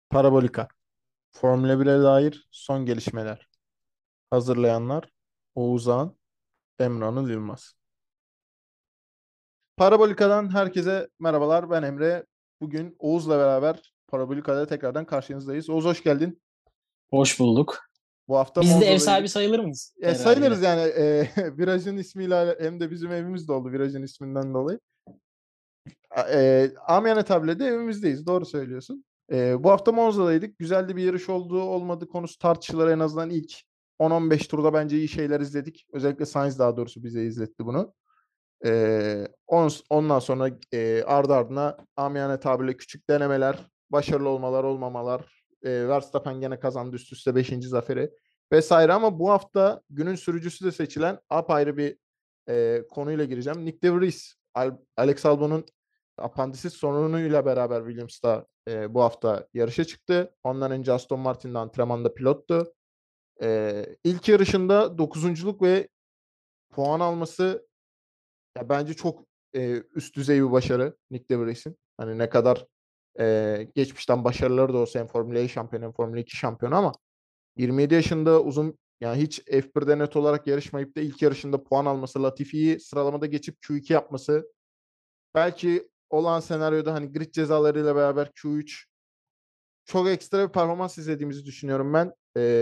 Parabolika. Formula 1'e dair son gelişmeler. Hazırlayanlar Oğuzhan, Emre Anıl Yılmaz. Parabolika'dan herkese merhabalar. Ben Emre. Bugün Oğuz'la beraber Parabolika'da tekrardan karşınızdayız. Oğuz hoş geldin. Hoş bulduk. Bu hafta Biz de ev sahibi Monza'daydık. sayılır mıyız Sayılırız Ferrari'de? yani virajın ismiyle hem de bizim evimiz de oldu virajın isminden dolayı. Amiyane tabirle evimizdeyiz. Doğru söylüyorsun. Bu hafta Monza'daydık. Güzel de bir yarış olduğu olmadı konusu tartışılır. En azından ilk 10-15 turda bence iyi şeyler izledik. Özellikle Sainz daha doğrusu bize izletti bunu. Ondan sonra ardı ardına amiyane tabirle küçük denemeler, başarılı olmalar, olmamalar. Verstappen gene kazandı üst üste beşinci zaferi vesaire ama bu hafta günün sürücüsü de seçilen apayrı bir konuyla gireceğim. Nick De Vries, Alex Albon'un apandisit sorunuyla beraber Williams'ta bu hafta yarışa çıktı. Ondan önce Aston Martin'de antrenmanda pilottu. İlk yarışında dokuzunculuk ve puan alması ya bence çok üst düzey bir başarı Nick De Vries'in. Hani ne kadar geçmişten başarıları da olsa hem Formula E şampiyonu hem Formula 2 şampiyonu ama 27 yaşında uzun yani hiç F1'de net olarak yarışmayıp da ilk yarışında puan alması, Latifi'yi sıralamada geçip Q2 yapması, belki olan senaryoda hani grid cezalarıyla beraber Q3 çok ekstra bir performans izlediğimizi düşünüyorum ben.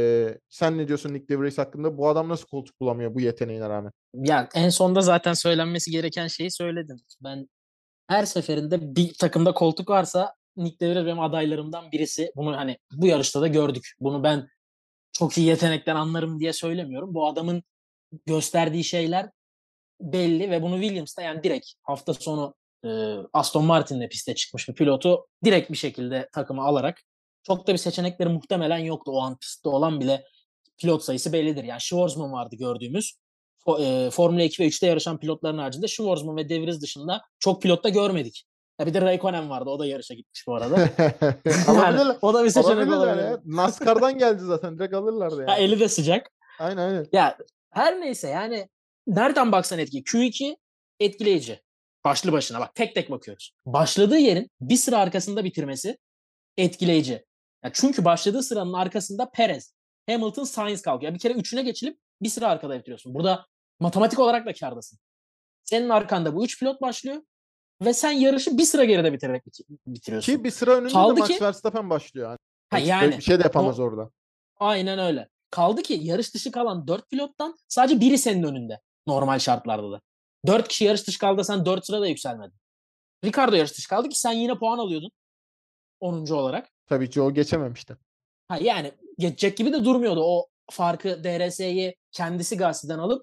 Sen ne diyorsun Nick De Vries hakkında? Bu adam nasıl koltuk bulamıyor bu yeteneğine rağmen? Ya en sonda zaten söylenmesi gereken şeyi söyledin. Ben her seferinde bir takımda koltuk varsa Nick DeVries benim adaylarımdan birisi. Bunu hani bu yarışta da gördük. Bunu ben çok iyi yetenekten anlarım diye söylemiyorum. Bu adamın gösterdiği şeyler belli ve bunu Williams'ta yani direkt hafta sonu e, Aston Martin'le piste çıkmış bir pilotu direkt bir şekilde takıma alarak çok da bir seçenekleri muhtemelen yoktu. O an pistte olan bile pilot sayısı bellidir. Yani Schwarzman vardı gördüğümüz. Formula 2 ve 3'te yarışan pilotların haricinde Schwarzman ve De Vries dışında çok pilot da görmedik. Ya bir de Raikkonen vardı. O da yarışa gitmiş bu arada. Yani Alabilirler. o da bir seçenek Alabilirler olabilir. ya. NASCAR'dan geldi zaten. Direkt alırlardı Ha, yani. eli de sıcak. Aynen aynen. Ya her neyse yani nereden baksan etki. Q2 etkileyici. Başlı başına bak tek tek bakıyoruz. Başladığı yerin bir sıra arkasında bitirmesi etkileyici. Ya çünkü başladığı sıranın arkasında Perez, Hamilton, Sainz kalkıyor. Bir kere üçüne geçilip bir sıra arkada bitiriyorsun. Burada matematik olarak da kârdasın. Senin arkanda bu üç pilot başlıyor ve sen yarışı bir sıra geride bitirerek bitiriyorsun. Ki bir sıra önünde de Kaldı Max ki Verstappen başlıyor. Yani ha ekstra bir yani şey de yapamaz no, orada. aynen öyle. Kaldı ki yarış dışı kalan 4 pilottan sadece biri senin önünde normal şartlarda da. 4 kişi yarış dışı kaldı, sen 4 sırada yükselmedin. Ricardo yarış dışı kaldı ki sen yine puan alıyordun onuncu olarak. Tabii ki o geçememişti. Ha yani geçecek gibi de durmuyordu. O farkı DRS'yi kendisi Gasly'den alıp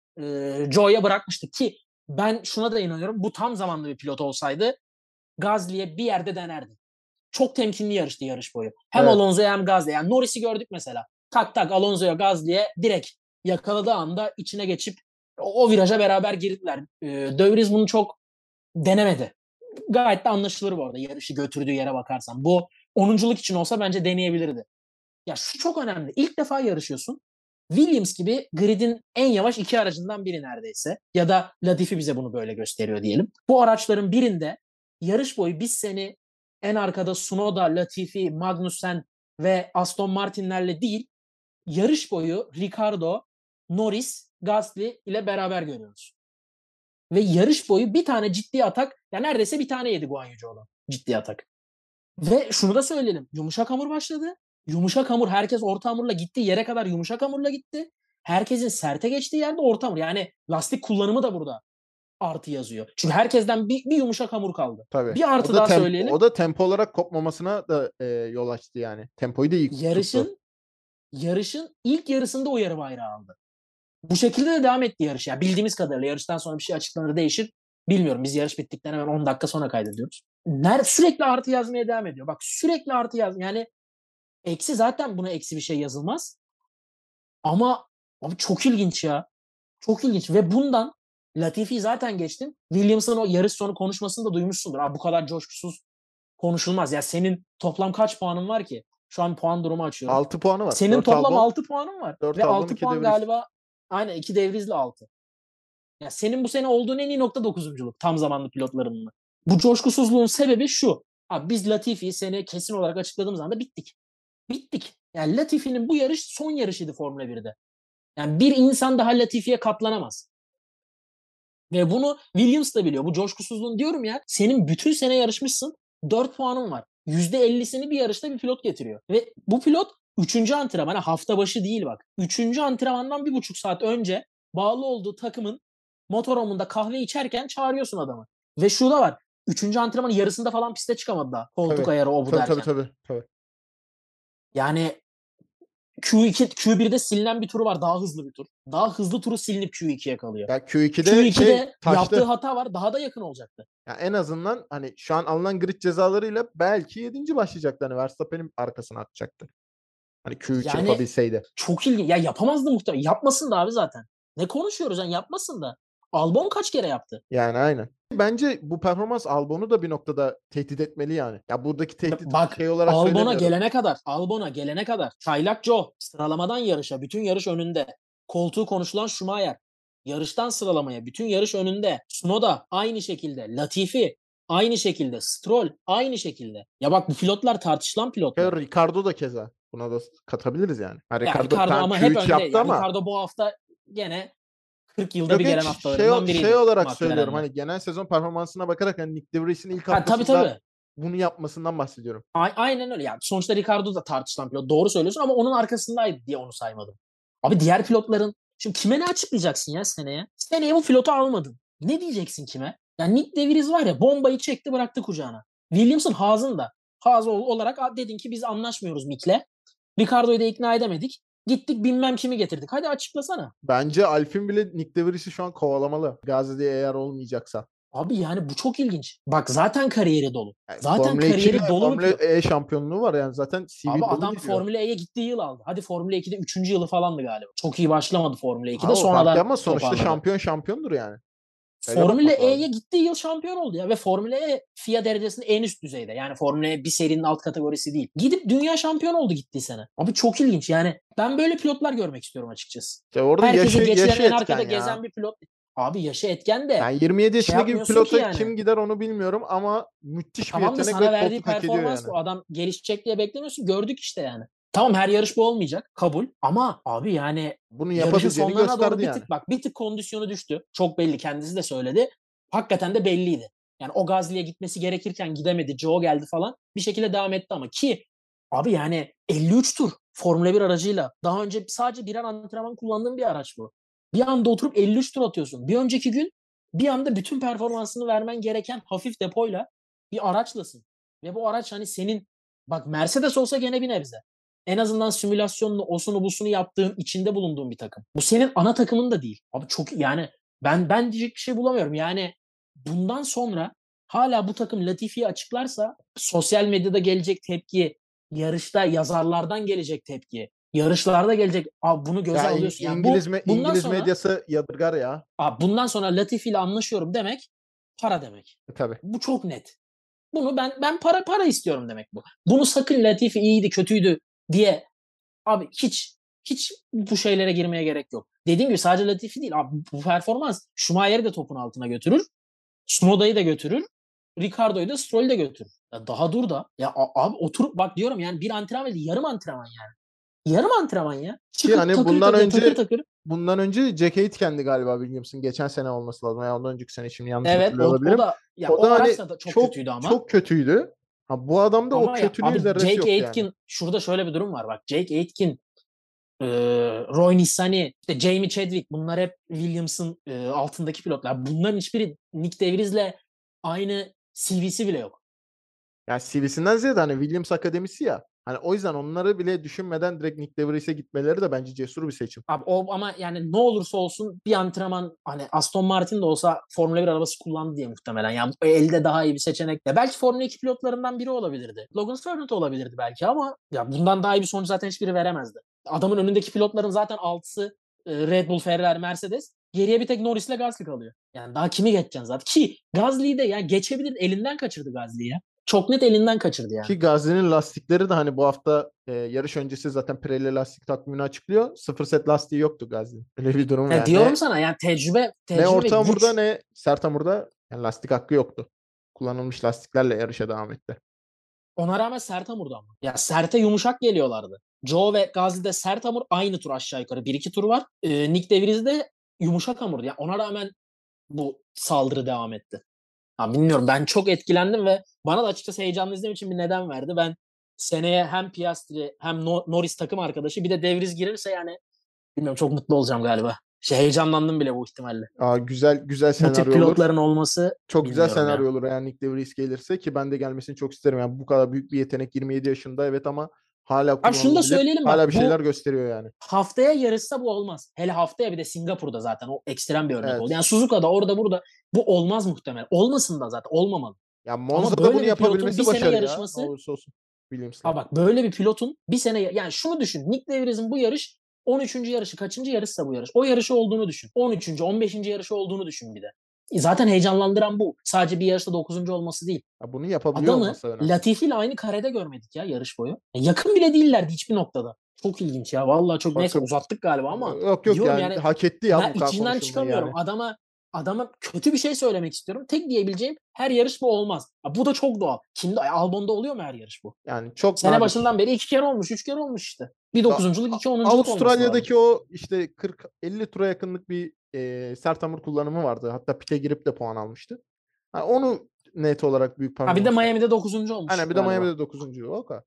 Joe'ya bırakmıştı ki ben şuna da inanıyorum. Bu tam zamanlı bir pilot olsaydı Gasly'ye bir yerde denerdi. Çok temkinli yarıştı yarış boyu. Hem Evet. Alonso'ya hem Gasly'ye. Yani Norris'i gördük mesela. Tak tak Alonso'ya Gasly'ye direkt yakaladığı anda içine geçip o viraja beraber girdiler. De Vries bunu çok denemedi. Gayet de anlaşılır bu arada yarışı götürdüğü yere bakarsan. Bu onunculuk için olsa bence deneyebilirdi. Ya şu çok önemli. İlk defa yarışıyorsun. Williams gibi gridin en yavaş iki aracından biri neredeyse. Ya da Latifi bize bunu böyle gösteriyor diyelim. Bu araçların birinde yarış boyu biz seni en arkada Tsunoda, Latifi, Magnussen ve Aston Martin'lerle değil, yarış boyu Ricardo, Norris, Gasly ile beraber görüyoruz. Ve yarış boyu bir tane ciddi atak, ya neredeyse bir tane yedi Guan Yu olan ciddi atak. Ve şunu da söyleyelim. Yumuşak hamur başladı. Yumuşak hamur herkes orta hamurla gitti. Yere kadar yumuşak hamurla gitti. Herkesin serte geçtiği yerde orta hamur. Yani lastik kullanımı da burada artı yazıyor. Çünkü herkesten bir yumuşak hamur kaldı. Tabii. Bir O artı da daha tempo söyleyelim. o da tempo olarak kopmamasına da yol açtı yani. Tempoyu da iyi tuttu. Yarışın ilk yarısında uyarı bayrağı aldı. Bu şekilde de devam etti yarış. Yani bildiğimiz kadarıyla yarıştan sonra bir şey açıklanır değişir. Bilmiyorum. Biz yarış bittikten hemen 10 dakika sonra kaydediyoruz. Sürekli artı yazmaya devam ediyor. Bak sürekli artı yaz. Yani eksi zaten buna eksi bir şey yazılmaz. Ama abi çok ilginç ya. Çok ilginç. Ve bundan Latifi zaten geçtim. Williams'ın o yarış sonu konuşmasını da duymuşsundur. Abi bu kadar coşkusuz konuşulmaz. Ya senin toplam kaç puanın var ki? Şu an puan durumu açıyorum. 6 puanı var. Senin 4 toplam Albon, 6 puanın var. 4 Ve Albon, 6 2 De puan Vries. galiba aynen 2 devrizli 6. Ya senin bu sene olduğun en iyi nokta dokuzunculuk tam zamanlı pilotlarınla. Bu coşkusuzluğun sebebi şu. Abi biz Latifi'yi seni kesin olarak açıkladığımız anda bittik. Bittik. Yani Latifi'nin bu yarış son yarışıydı Formula 1'de. Yani bir insan daha Latifi'ye katlanamaz. Ve bunu Williams da biliyor. Bu coşkusuzluğun diyorum ya. Senin bütün sene yarışmışsın. 4 puanın var. %50'sini bir yarışta bir pilot getiriyor. Ve bu pilot 3. antrenmana hafta başı değil bak. 3. antrenmandan 1,5 saat önce bağlı olduğu takımın motorhomunda kahve içerken çağırıyorsun adamı. Ve şu da var. 3. antrenmanın yarısında falan piste çıkamadı daha. Koltuk Tabii. ayarı o bu Tabii tabii derken. tabii. Tabii. Yani Q2, Q1'de silinen bir turu var. Daha hızlı bir tur. Daha hızlı turu silinip Q2'ye kalıyor. Ya Q2'de Q2'de yaptığı taştı. hata var. Daha da yakın olacaktı. Ya en azından hani şu an alınan grid cezalarıyla belki 7. başlayacaktı. Hani Verstappen'in arkasına atacaktı. Hani Q3 Yani yapabilseydi. çok ilginç. Ya yapamazdı muhtemelen. Yapmasın da abi zaten. Ne konuşuyoruz yani yapmasın da. Albon kaç kere yaptı? Yani aynen. Bence bu performans Albon'u da bir noktada tehdit etmeli yani. Ya buradaki tehdit Bak şey olarak söylemiyorum. Albon'a gelene kadar Çaylak Joe sıralamadan yarışa, bütün yarış önünde. Koltuğu konuşulan Schumacher. Yarıştan sıralamaya, bütün yarış önünde. Tsunoda aynı şekilde. Latifi aynı şekilde. Stroll aynı şekilde. Ya bak bu pilotlar tartışılan Ya pilotlar. Ricardo da keza. Buna da katabiliriz yani. Ha, Ya Ricardo Ricardo tam ama hep Q3 önde. yaptı Ya ama Ricardo bu hafta gene 40 yılda yok bir gelen hiç haftalarından şey biriydi olarak söylüyorum. McLaren'le. Hani genel sezon performansına bakarak hani Nick DeVries'in ilk Ha tabii haftasında tabii. bunu yapmasından bahsediyorum. Aynen öyle. Yani sonuçta Ricardo da tartışılan pilot. Doğru söylüyorsun ama onun arkasındaydı diye onu saymadım. Abi diğer pilotların şimdi kime ne açıklayacaksın ya seneye? Seneye bu pilotu almadın. Ne diyeceksin kime? Yani Nick DeVries var ya bombayı çekti bıraktı kucağına. Williams'ın Haas'ın da. Haas olarak dedin ki biz anlaşmıyoruz Mick'le. Ricardo'yu da ikna edemedik. Gittik bilmem kimi getirdik. Hadi açıklasana. Bence Alpine bile Nick DeVries'i şu an kovalamalı. Gazi'de eğer olmayacaksa. Abi yani bu çok ilginç. Bak zaten kariyeri dolu. Yani Zaten Formula 2 ile kariyeri dolu bir Formula pilot. E şampiyonluğu var yani zaten Abi CV dolu adam geliyor. Formula E'ye gittiği yıl aldı. Hadi Formula 2'de 3. yılı falandı galiba. Çok iyi başlamadı Formula Ha, 2'de o farklı sonradan ama sonuçta toparladı. şampiyondur yani. Öyle Formula bakmak E'ye lazım. gittiği yıl şampiyon oldu ya ve Formula E FIA derecesinde en üst düzeyde. Yani Formula E bir serinin alt kategorisi değil. Gidip dünya şampiyon oldu gittiği sene. Abi çok ilginç yani. Ben böyle pilotlar görmek istiyorum açıkçası. İşte orada Herkesi geçiren yaşı en etken arkada ya. gezen bir pilot. Abi yaşı etken de Yani 27 şey yaşındaki bir yapmıyorsun ki pilota yani. kim gider onu bilmiyorum ama müthiş bir Tamam da yetenek ve sana verdiği koltuk hak ediyor performans yani. bu. Adam gelişecek diye beklemiyorsun. Gördük işte yani. Tamam her yarış bu olmayacak. Kabul. Ama abi yani Bunu yarışın yapabileceğini sonlarına doğru gösterdi bir yani. tık bak bir tık kondisyonu düştü. Çok belli kendisi de söyledi. Hakikaten de belliydi. Yani o Gazli'ye gitmesi gerekirken gidemedi. Joe geldi falan. Bir şekilde devam etti ama ki abi yani 53 tur Formula 1 aracıyla daha önce sadece birer antrenman kullandığım bir araç bu. Bir anda oturup 53 tur atıyorsun. Bir önceki gün bir anda bütün performansını vermen gereken hafif depoyla bir araçlasın. Ve bu araç hani senin bak Mercedes olsa gene bir nebze. En azından simülasyonunu, osunu, busunu yaptığın, içinde bulunduğun bir takım. Bu senin ana takımın da değil. Abi çok yani ben diyecek bir şey bulamıyorum. Yani bundan sonra hala bu takım Latifi'yi açıklarsa sosyal medyada gelecek tepki, yarışta yazarlardan gelecek tepki, yarışlarda gelecek. Abi bunu göze Ya alıyorsun. Yani bu bundan İngiliz sonra medyası yadırgar ya. bundan sonra Latifi ile anlaşıyorum demek para demek. Tabii. Bu çok net. Bunu ben para istiyorum demek bu. Bunu sakın Latifi iyiydi, kötüydü diye abi hiç bu şeylere girmeye gerek yok. Dediğim gibi sadece Latifi değil. Abi bu performans Schumacher'i de topun altına götürür. Tsunoda'yı da götürür. Ricardo'yu da Stroll'ü de götürür. Ya daha dur da. Ya abi oturup bak diyorum yani bir antrenman değil yarım antrenman yani. Yarım antrenman ya. Ki Çıkıp hani takır takır takır takır. bundan önce Jack Aitken'di galiba Williams'ın geçen sene olması lazım. Ya ondan önceki sene şimdi yanlış Evet hatırlıyor o olabilirim. da ya O da o hani araçla da çok kötüydü ama. çok kötüydü. Ha, bu adamda o Ama ya kötülüğün abi zerresi Jake yok yani. Aitken şurada şöyle bir durum var bak. Jake Aitken, e, Roy Nissany, işte Jamie Chadwick bunlar hep Williams'ın altındaki pilotlar. Bunların hiçbiri Nick DeVries'le aynı CV'si bile yok. Yani CV'sinden ziyade hani Williams Akademisi ya. Hani o yüzden onları bile düşünmeden direkt Nick DeVries'e gitmeleri de bence cesur bir seçim. Abi o ama yani ne olursa olsun bir antrenman hani Aston Martin de olsa Formula 1 arabası kullandı diye muhtemelen. Yani elde daha iyi bir seçenek de. Belki Formula 2 pilotlarından biri olabilirdi. Logan Sargent olabilirdi belki ama ya bundan daha iyi bir sonuç zaten hiçbiri veremezdi. Adamın önündeki pilotların zaten altısı Red Bull, Ferrari, Mercedes. Geriye bir tek Norris'le Gasly kalıyor. Yani daha kimi geçeceksin zaten? Ki Gasly'yi de yani geçebilir. Elinden kaçırdı Gasly'yi ya. Çok net elinden kaçırdı yani. Ki Gazi'nin lastikleri de hani bu hafta yarış öncesi zaten Pirelli lastik takvimini açıklıyor. Sıfır set lastiği yoktu Gazi'nin. Öyle bir durum Ya yani. diyorum sana yani Ne tecrübe ve orta hamurda güç. ne sert hamurda yani lastik hakkı yoktu. Kullanılmış lastiklerle yarışa devam etti. Ona rağmen sert hamurdu ama. Ya sert'e yumuşak geliyorlardı. Joe ve Gazi'de sert hamur aynı tur aşağı yukarı. Bir iki tur var. Nick DeVries'de yumuşak hamurdu. Ya ona rağmen bu saldırı devam etti. Ha, bilmiyorum, ben çok etkilendim ve bana da açıkçası heyecanlı izlediğim için bir neden verdi. Ben seneye hem Piastri hem Norris takım arkadaşı bir de De Vries girirse yani bilmiyorum, çok mutlu olacağım galiba. Heyecanlandım bile bu ihtimalle. Güzel güzel Bu tip senaryo olur. pilotların olması Çok güzel bilmiyorum senaryo ya. olur eğer Nick DeVries gelirse, ki ben de gelmesini çok isterim. Yani bu kadar büyük bir yetenek, 27 yaşında evet, ama hala Abi şunu da kullanılabilir. söyleyelim, bak Hala bir şeyler bu gösteriyor yani. haftaya yarışsa bu olmaz. Hele haftaya bir de Singapur'da zaten o ekstrem bir örnek oldu. Evet. Yani Suzuka'da orada burada bu olmaz muhtemelen. Olmasın da zaten olmamalı. Ya Ama Monza'da bunu böyle bir pilotun bir yapabilmesi sene başarı ya. Ne yarışması. olursa olsun Williams'la. Ha bak, böyle bir pilotun bir sene, yani şunu düşün. Nick De Vries'in bu yarış 13. yarışı, kaçıncı yarışsa bu yarış. O yarışı olduğunu düşün. 13. 15. yarışı olduğunu düşün bir de. Zaten heyecanlandıran bu. Sadece bir yarışta 9. olması değil. Ya bunu yapabiliyor Adamı olması önemli. Latifi ile aynı karede görmedik ya yarış boyu. Yakın bile değillerdi hiçbir noktada. Çok ilginç ya. Vallahi çok, neyse Bakıp uzattık galiba ama yok yok, diyorum yani yani, hak etti ya ben bu kadar içinden konuşulmayı çıkamıyorum. yani. Adama kötü bir şey söylemek istiyorum. Tek diyebileceğim, her yarış bu olmaz. Ya bu da çok doğal. Kimde, Albon'da oluyor mu her yarış bu? Yani çok Sene nadir. başından beri 2 kere olmuş, 3 kere olmuş işte. Bir A- dokuzunculuk, iki onunculuk olması lazım. Avustralya'daki o işte 40-50 tura yakınlık bir sert hamur kullanımı vardı. Hatta pite girip de puan almıştı. Ha, onu net olarak büyük Ha bir de performans. Miami'de 9. olmuş Aynen, bir de galiba. Miami'de 9. O kadar.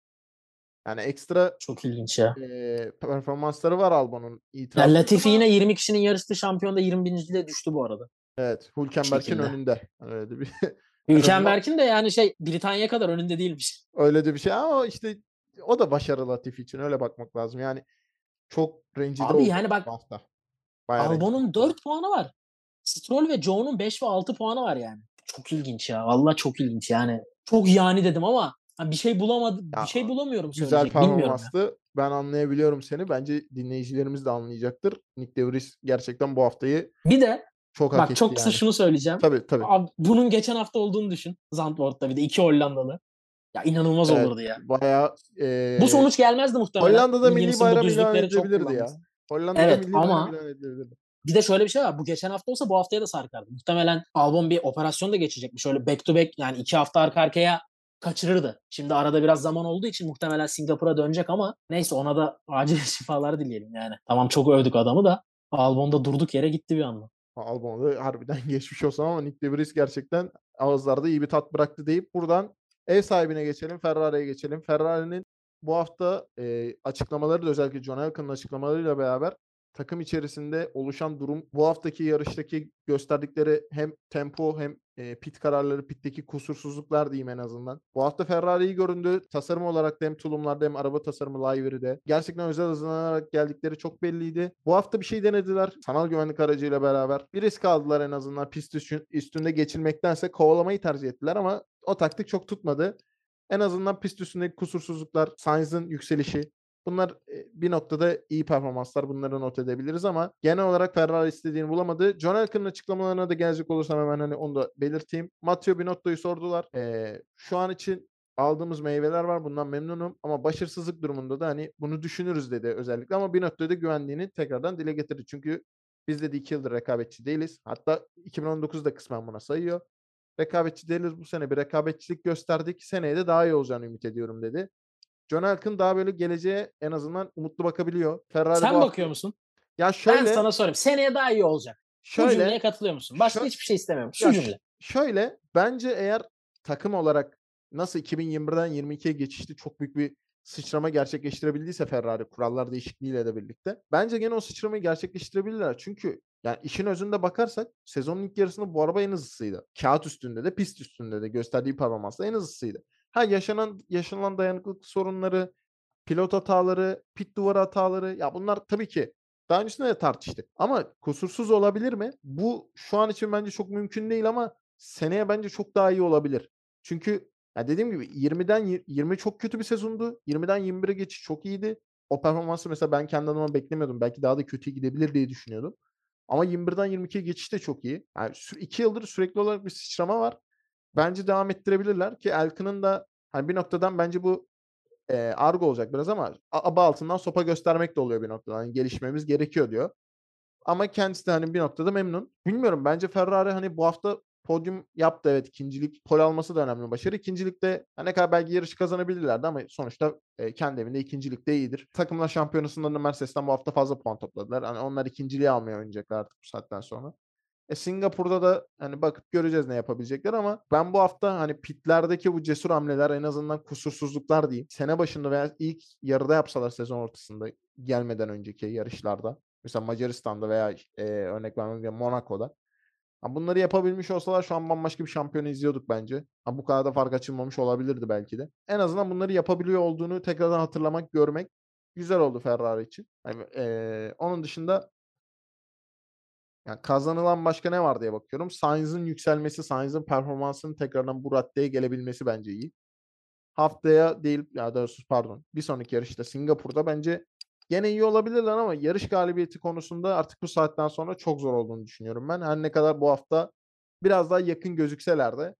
Yani ekstra Çok ilginç ya. performansları var Albon'un. Ya İtiraz yok Latifi ama yine 20 kişinin yarıştığı şampiyonda 21.liğe düştü bu arada. evet, Bu Hülkenberg'in şekilde. önünde. Yani öyle de bir en azından Hülkenberg'in de yani Britanya kadar önünde değilmiş. öyle de bir şey, ama işte o da başarı Latifi için, öyle bakmak lazım. Yani çok rencide Abi oldu yani bak, bu hafta. Bayağı rencide Albon'un oldu. 4 puanı var. Stroll ve Zhou'nun 5 ve 6 puanı var yani. Çok ilginç ya. Vallahi çok ilginç yani. Çok yani dedim ama bir şey bulamadım. Bir Ya şey bulamıyorum güzel söyleyecek. Bilmiyorum ya. performanstı. Ben anlayabiliyorum seni. Bence dinleyicilerimiz de anlayacaktır. Nick De Vries gerçekten bu haftayı Bir de çok hak bak, etti çok kısa yani. şunu söyleyeceğim. Tabii tabii. Abi, bunun geçen hafta olduğunu düşün. Zandvoort'ta bir de 2 Hollandalı. Ya inanılmaz Evet. olurdu ya. Bayağı Bu sonuç gelmezdi muhtemelen. Hollanda'da milli Williams'ın bu bayram ilan düzlükleri çok edilebilirdi kullanması. ya. Hollanda'da Evet milli bayram ama ilan edilebilirdi. bir de şöyle bir şey var. Bu geçen hafta olsa bu haftaya da sarkardı. Muhtemelen Albon bir operasyon da geçecekmiş. Şöyle back to back, yani 2 hafta arka arkaya kaçırırdı. Şimdi arada biraz zaman olduğu için muhtemelen Singapur'a dönecek ama neyse, ona da acil şifalar dileyelim yani. Tamam, çok övdük adamı da Albon'da durduk yere gitti bir anda. Albon'da harbiden geçmiş olsun, ama Nick De Vries gerçekten ağızlarda iyi bir tat bıraktı deyip buradan ev sahibine geçelim, Ferrari'ye geçelim. Ferrari'nin bu hafta açıklamaları da, özellikle John Elkan'ın açıklamalarıyla beraber takım içerisinde oluşan durum, bu haftaki yarıştaki gösterdikleri hem tempo hem pit kararları, pitteki kusursuzluklar diyeyim en azından. Bu hafta Ferrari iyi göründü. Tasarım olarak da hem tulumlarda hem araba tasarımı livery'de. Gerçekten özel hazırlanarak geldikleri çok belliydi. Bu hafta bir şey denediler. Sanal güvenlik aracıyla beraber. Bir risk aldılar en azından, pist üstünde geçilmektense kovalamayı tercih ettiler, ama o taktik çok tutmadı. En azından pist üstündeki kusursuzluklar, Sainz'ın yükselişi, bunlar bir noktada iyi performanslar. Bunları not edebiliriz, ama genel olarak Ferrari istediğini bulamadı. John Elkan'ın açıklamalarına da gelecek olursam hemen hani onu da belirteyim. Matteo Binotto'yu sordular. Şu an için aldığımız meyveler var. Bundan memnunum, ama başarısızlık durumunda da hani bunu düşünürüz dedi özellikle, ama Binotto'ya da güvendiğini tekrardan dile getirdi. Çünkü biz dedi 2 yıldır rekabetçi değiliz. Hatta 2019'da kısmen buna sayıyor. Rekabetçi değiliz. Bu sene bir rekabetçilik gösterdik. Seneye de daha iyi olacağını ümit ediyorum dedi. John Elkann daha böyle geleceğe en azından umutlu bakabiliyor. Ferrari bu Sen hafta, bakıyor musun? ya Ben şöyle sana sorayım. Seneye daha iyi olacak. Bu cümleye şöyle katılıyor musun? Başka şö hiçbir şey istemiyorum. Şu ya cümle. şöyle, bence eğer takım olarak nasıl 2021'den 22'ye geçişte çok büyük bir sıçrama gerçekleştirebildiyse Ferrari, kurallar değişikliğiyle de birlikte, bence gene o sıçramayı gerçekleştirebilirler. Çünkü yani işin özünde bakarsak sezonun ilk yarısında bu araba en hızlısıydı. Kağıt üstünde de pist üstünde de gösterdiği performansla en hızlısıydı. Ha, yaşanılan dayanıklılık sorunları, pilot hataları, pit duvarı hataları, ya bunlar tabii ki daha öncesinde de tartıştık. Ama kusursuz olabilir mi? Bu şu an için bence çok mümkün değil, ama seneye bence çok daha iyi olabilir. Çünkü ya dediğim gibi 20'den 20 çok kötü bir sezondu. 20'den 21'e geçiş çok iyiydi. O performansı mesela ben kendi adıma beklemiyordum. Belki daha da kötüye gidebilir diye düşünüyordum. Ama 21'den 22'ye geçiş de çok iyi. Yani 2 yıldır sürekli olarak bir sıçrama var. Bence devam ettirebilirler, ki Elkan'ın da hani bir noktadan bence bu argo olacak biraz, ama aba altından sopa göstermek de oluyor bir noktada. Hani gelişmemiz gerekiyor diyor. Ama kendisi de hani bir noktada memnun. Bilmiyorum, bence Ferrari hani bu hafta podyum yaptı, evet. İkincilik pole alması da önemli bir başarı. İkincilikte ne kadar belki yarışı kazanabilirlerdi ama sonuçta kendi evinde ikincilikte iyidir. Takımlar şampiyonasında da Mercedes'ten bu hafta fazla puan topladılar. Hani onlar ikinciliği almaya oynayacaklar artık bu saatten sonra. Singapur'da da hani bakıp göreceğiz ne yapabilecekler ama ben bu hafta hani pitlerdeki bu cesur hamleler, en azından kusursuzluklar diyeyim. Sene başında veya ilk yarıda yapsalar, sezon ortasında gelmeden önceki yarışlarda. Mesela Macaristan'da veya örnek vermek gerekirse Monaco'da. Ha, bunları yapabilmiş olsalar şu an bambaşka bir şampiyonu izliyorduk bence. Ha, bu kadar da fark açılmamış olabilirdi belki de. En azından bunları yapabiliyor olduğunu tekrardan hatırlamak, görmek güzel oldu Ferrari için. Hani, onun dışında yani kazanılan başka ne var diye bakıyorum. Sainz'ın yükselmesi, Sainz'ın performansının tekrardan bu raddeye gelebilmesi bence iyi. Haftaya değil, ya doğrusu pardon, bir sonraki yarışta Singapur'da bence gene iyi olabilirler ama yarış galibiyeti konusunda artık bu saatten sonra çok zor olduğunu düşünüyorum ben. Her ne kadar bu hafta biraz daha yakın gözükseler de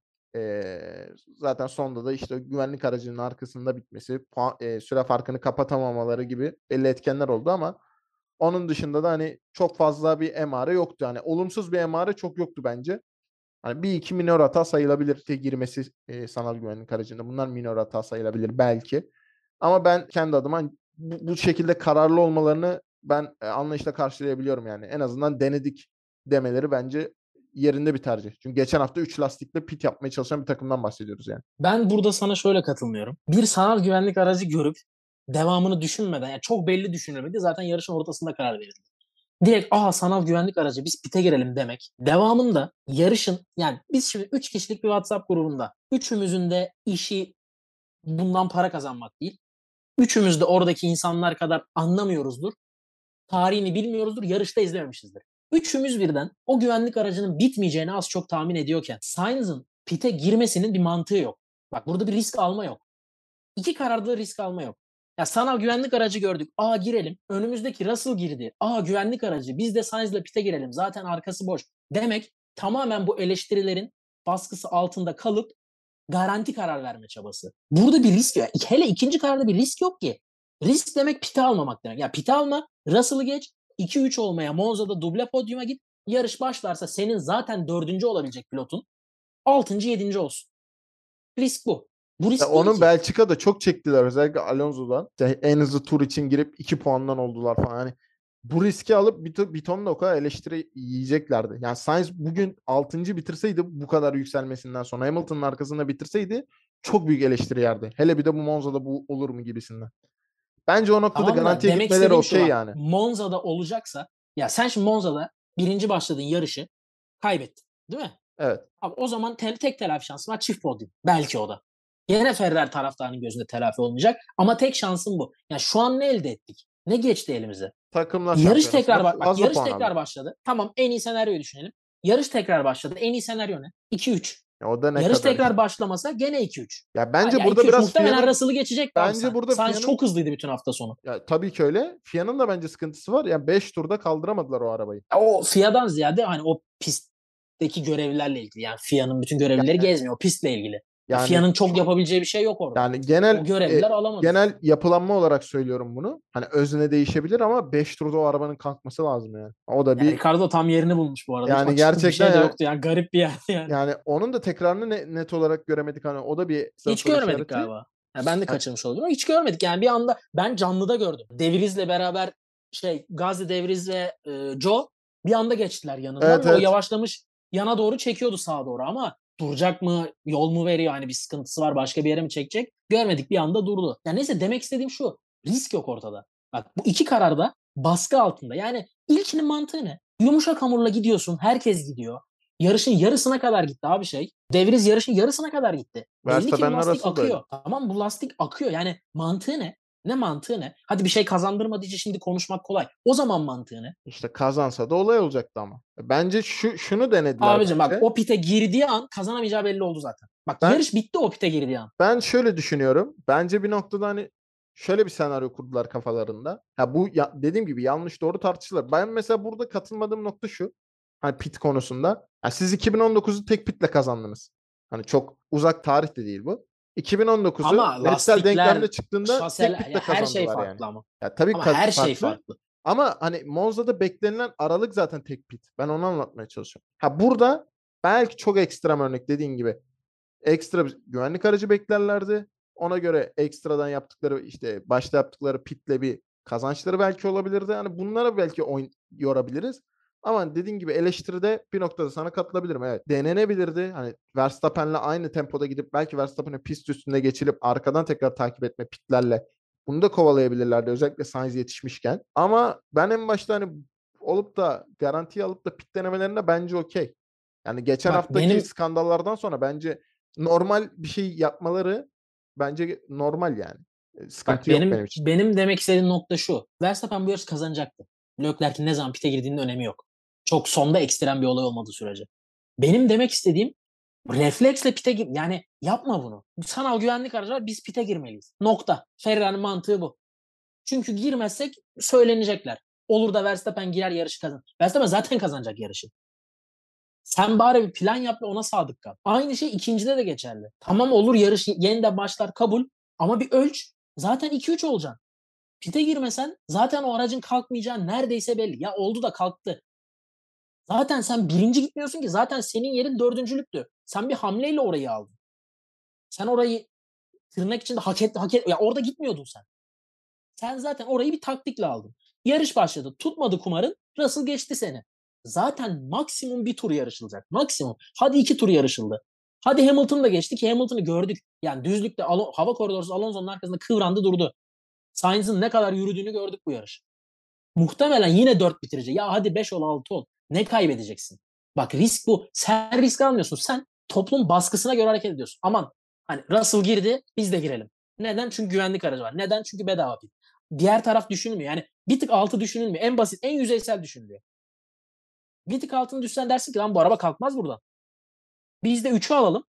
zaten sonda da işte güvenlik aracının arkasında bitmesi, süre farkını kapatamamaları gibi belli etkenler oldu ama onun dışında da hani çok fazla bir emare yoktu. Yani olumsuz bir emare çok yoktu bence. Hani bir iki minor hata sayılabilir ki girmesi sanal güvenlik aracında. Bunlar minor hata sayılabilir belki. Ama ben kendi adıma bu şekilde kararlı olmalarını ben anlayışla karşılayabiliyorum yani. En azından denedik demeleri bence yerinde bir tercih. Çünkü geçen hafta 3 lastikle pit yapmaya çalışan bir takımdan bahsediyoruz yani. Ben burada sana şöyle katılmıyorum. Bir sanal güvenlik aracı görüp devamını düşünmeden, yani çok belli düşünülmedi. Zaten yarışın ortasında karar verildi. Direkt sanal güvenlik aracı biz pite girelim demek. Devamında yarışın, yani biz şimdi 3 kişilik bir WhatsApp grubunda üçümüzün de işi bundan para kazanmak değil. Üçümüz de oradaki insanlar kadar anlamıyoruzdur. Tarihini bilmiyoruzdur. Yarışta izlememişizdir. Üçümüz birden o güvenlik aracının bitmeyeceğini az çok tahmin ediyorken Sainz'ın pite girmesinin bir mantığı yok. Bak, burada bir risk alma yok. İki kararda da risk alma yok. Ya sanal güvenlik aracı gördük. Girelim. Önümüzdeki Russell girdi. Güvenlik aracı. Biz de Sainz'la pite girelim. Zaten arkası boş. Demek tamamen bu eleştirilerin baskısı altında kalıp garanti karar verme çabası. Burada bir risk yok. Hele ikinci kararda bir risk yok ki. Risk demek pite almamak demek. Ya pite alma, Russell'ı geç, 2-3 olmaya Monza'da duble podyuma git. Yarış başlarsa senin zaten dördüncü olabilecek pilotun altıncı, yedinci olsun. Risk bu. Bu Ya risk değil onun ki. Belçika'da çok çektiler, özellikle Alonso'dan. İşte en hızlı tur için girip 2 puandan oldular falan. Yani bu riski alıp bir ton da o kadar eleştiri yiyeceklerdi. Yani Sainz bugün 6. bitirseydi, bu kadar yükselmesinden sonra Hamilton'ın arkasında bitirseydi çok büyük eleştiri yerdi. Hele bir de bu Monza'da bu olur mu gibisinden. Bence o noktada Tamam da garantiye demek gitmeleri istediğim şu, okey bak. yani. Monza'da olacaksa, ya sen şimdi Monza'da birinci başladığın yarışı kaybettin. Değil mi? Evet. Abi o zaman tek telafi şansın var, çift podyum. Belki o da. Yine Ferrer taraftarının gözünde telafi olmayacak. Ama tek şansın bu. Yani şu an ne elde ettik? Ne geçti elimize? Takımlar Yarış tekrar şampiyonasında bak, fazla yarış puan tekrar aldı. başladı. Tamam, en iyi senaryoyu düşünelim. Yarış tekrar başladı. En iyi senaryo ne? 2-3. O da ne Yarış kadar tekrar işte. başlamasa gene 2-3. Ya bence Ya burada 2-3 biraz muhtemelen FIA'nın Russell'ı geçecek abi bence Sainz. burada Sainz FIA'nın çok hızlıydı bütün hafta sonu. ya tabii ki öyle. FIA'nın da bence sıkıntısı var. Yani 5 turda kaldıramadılar o arabayı. O FIA'dan ziyade hani o pistteki görevlilerle ilgili. Yani FIA'nın bütün görevlileri Yani gezmiyor. O pistle ilgili. Yani yani FIA'nın çok yapabileceği bir şey yok orada. Yani O görevliler alamadı. genel yapılanma olarak söylüyorum bunu. Hani özüne değişebilir ama 5 turda o arabanın kalkması lazım yani. O da Yani bir Ricardo tam yerini bulmuş bu arada. Hiç yani açıklık bir gerçekten şey de ya, yoktu. Yani garip bir yer yani. yani onun da tekrarını net olarak göremedik, hani o da bir Hiç soru görmedik işareti. galiba. Ya ben de Yani, kaçırmış olabilirim ama hiç görmedik. Yani bir anda ben canlıda gördüm. Devriz'le beraber Gazze Devriz ve Joe bir anda geçtiler yanından evet ve o evet. yavaşlamış, yana doğru çekiyordu, sağa doğru, ama duracak mı, yol mu veriyor, hani bir sıkıntısı var, başka bir yere mi çekecek, görmedik, bir anda durdu. Yani neyse, demek istediğim şu: risk yok ortada. Bak, bu iki kararda baskı altında. Yani ilkinin mantığı ne? Yumuşak hamurla gidiyorsun, herkes gidiyor. Yarışın yarısına kadar gitti abi Devriz yarışın yarısına kadar gitti. Belli ki bu Verstappen'le lastik Russell da öyle. akıyor. Tamam, bu lastik akıyor. Yani mantığı ne? Ne mantığı ne? Hadi bir şey kazandırmadığı için şimdi konuşmak kolay. O zaman mantığı ne? İşte kazansa da olay olacaktı ama. Bence şunu denediler Abicim bak, bence. o pite girdiği an kazanamayacağı belli oldu zaten. Bak, Ben yarış bitti o pite girdiği an. Ben şöyle düşünüyorum. Bence bir noktada hani şöyle bir senaryo kurdular kafalarında. Ha bu dediğim gibi yanlış doğru tartışılır. Ben mesela burada katılmadığım nokta şu. Hani pit konusunda. Ha, siz 2019'u tek pitle kazandınız. Hani çok uzak tarih de değil bu. 2019'u Ama Vettel lastikler, denklemde çıktığında tek şaseler, ya pitle her şey kazandılar yani. farklı ama. Ya tabii Ama her şey farklı. farklı. Ama hani Monza'da beklenilen aralık zaten tek pit. Ben onu anlatmaya çalışıyorum. Ha burada belki çok ekstrem örnek dediğin gibi ekstra bir güvenlik aracı beklerlerdi. Ona göre ekstradan yaptıkları işte başta yaptıkları pitle bir kazançları belki olabilirdi. Yani bunlara belki oyun yorabiliriz. Ama dediğin gibi eleştiride bir noktada sana katılabilirim. Evet, denenebilirdi. Hani Verstappen'le aynı tempoda gidip belki Verstappen'e pist üstünde geçilip arkadan tekrar takip etme pitlerle bunu da kovalayabilirlerdi. Özellikle Sainz yetişmişken. Ama ben en başta hani olup da garantiye alıp da pit denemelerine bence okey. Yani geçen Bak haftaki benim skandallardan sonra bence normal bir şey yapmaları bence normal yani. bak Sıkıntı yok benim benim için. benim demek istediğim nokta şu. Verstappen bu yarış kazanacaktı. Leclerc'in ne zaman pite girdiğinin önemi yok. Çok sonda ekstrem bir olay olmadığı sürece. Benim demek istediğim refleksle pite gir. Yani yapma bunu. Sanal güvenlik aracı var. Biz pite girmeliyiz. Nokta. Ferrari'nin mantığı bu. Çünkü girmezsek söylenecekler. Olur da Verstappen girer yarışı kazan. Verstappen zaten kazanacak yarışı. Sen bari bir plan yap ve ona sadık kal. Aynı şey ikincide de geçerli. Tamam olur yarış yeniden başlar kabul ama bir ölç. Zaten 2-3 olacaksın. Pite girmesen zaten o aracın kalkmayacağı neredeyse belli. Ya oldu da kalktı. Zaten sen birinci gitmiyorsun ki. Zaten senin yerin dördüncülüktü. Sen bir hamleyle orayı aldın. Sen orayı tırnak içinde hak et. Ya orada gitmiyordun sen. Sen zaten orayı bir taktikle aldın. Yarış başladı. Tutmadı kumarın. Russell geçti seni. Zaten maksimum bir tur yarışılacak. Maksimum. Hadi 2 tur yarışıldı. Hadi Hamilton da geçti ki Hamilton'ı gördük. Yani düzlükte hava koridoru Alonso'nun arkasında kıvrandı durdu. Sainz'ın ne kadar yürüdüğünü gördük bu yarış. Muhtemelen yine 4 bitirecek. Ya hadi 5 ol 6 ol. Ne kaybedeceksin? Bak risk bu. Sen risk almıyorsun. Sen toplum baskısına göre hareket ediyorsun. Aman hani Russell girdi biz de girelim. Neden? Çünkü güvenlik aracı var. Neden? Çünkü bedava pil. Diğer taraf düşünülmüyor. Yani bir tık altı düşünülmüyor. En basit, en yüzeysel düşünülüyor. Bir tık altını düşsen dersin ki lan bu araba kalkmaz buradan. Biz de 3'ü alalım.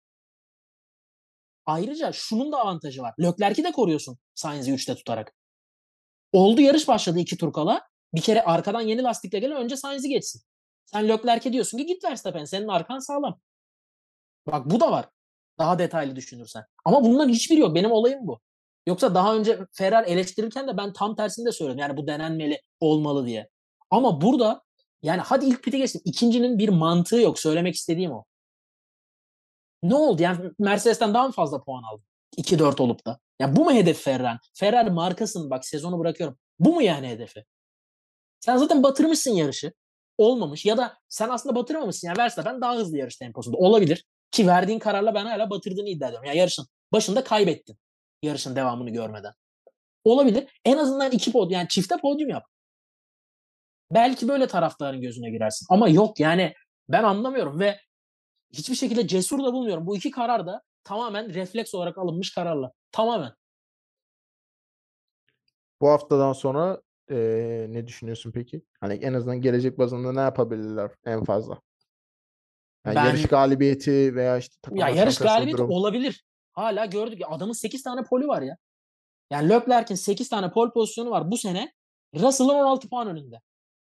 Ayrıca şunun da avantajı var. Leclerc'i de koruyorsun Sainz'i 3'te tutarak. Oldu yarış başladı 2 tur kala. Bir kere arkadan yeni lastikle gelen önce Sainz'i geçsin. Sen Leclerc'e diyorsun ki git Verstappen senin arkan sağlam. Bak bu da var. Daha detaylı düşünürsen. Ama bunların hiçbiri yok. Benim olayım bu. Yoksa daha önce Ferrari eleştirirken de ben tam tersini de söyledim. Yani bu denenmeli, olmalı diye. Ama burada yani hadi ilk pite geçtim. İkincinin bir mantığı yok. Söylemek istediğim o. Ne oldu? Yani Mercedes'ten daha mı fazla puan aldı? 2-4 olup da. Ya bu mu hedef Ferrari? Ferrari markasının bak sezonu bırakıyorum. Bu mu yani hedefi? Sen zaten batırmışsın yarışı. Olmamış ya da sen aslında batırmamışsın. Yani Verstappen daha hızlı yarış temposunda. Olabilir. Ki verdiğin kararla ben hala batırdığını iddia ediyorum. Yani yarışın başında kaybettin. Yarışın devamını görmeden. Olabilir. En azından 2 podyum yani çifte podyum yap. Belki böyle taraftarın gözüne girersin. Ama yok yani ben anlamıyorum ve hiçbir şekilde cesur da bulmuyorum. Bu iki karar da tamamen refleks olarak alınmış kararlar. Tamamen. Bu haftadan sonra ne düşünüyorsun peki? Hani en azından gelecek bazında ne yapabilirler en fazla? Yani yarış Ben galibiyeti veya işte ya takımlar yarış şampiyonası galibiyeti durum. olabilir. Hala gördük ya adamın 8 tane poli var ya. Yani Leclerc'in 8 tane pole pozisyonu var bu sene. Russell'ın 16 puan önünde.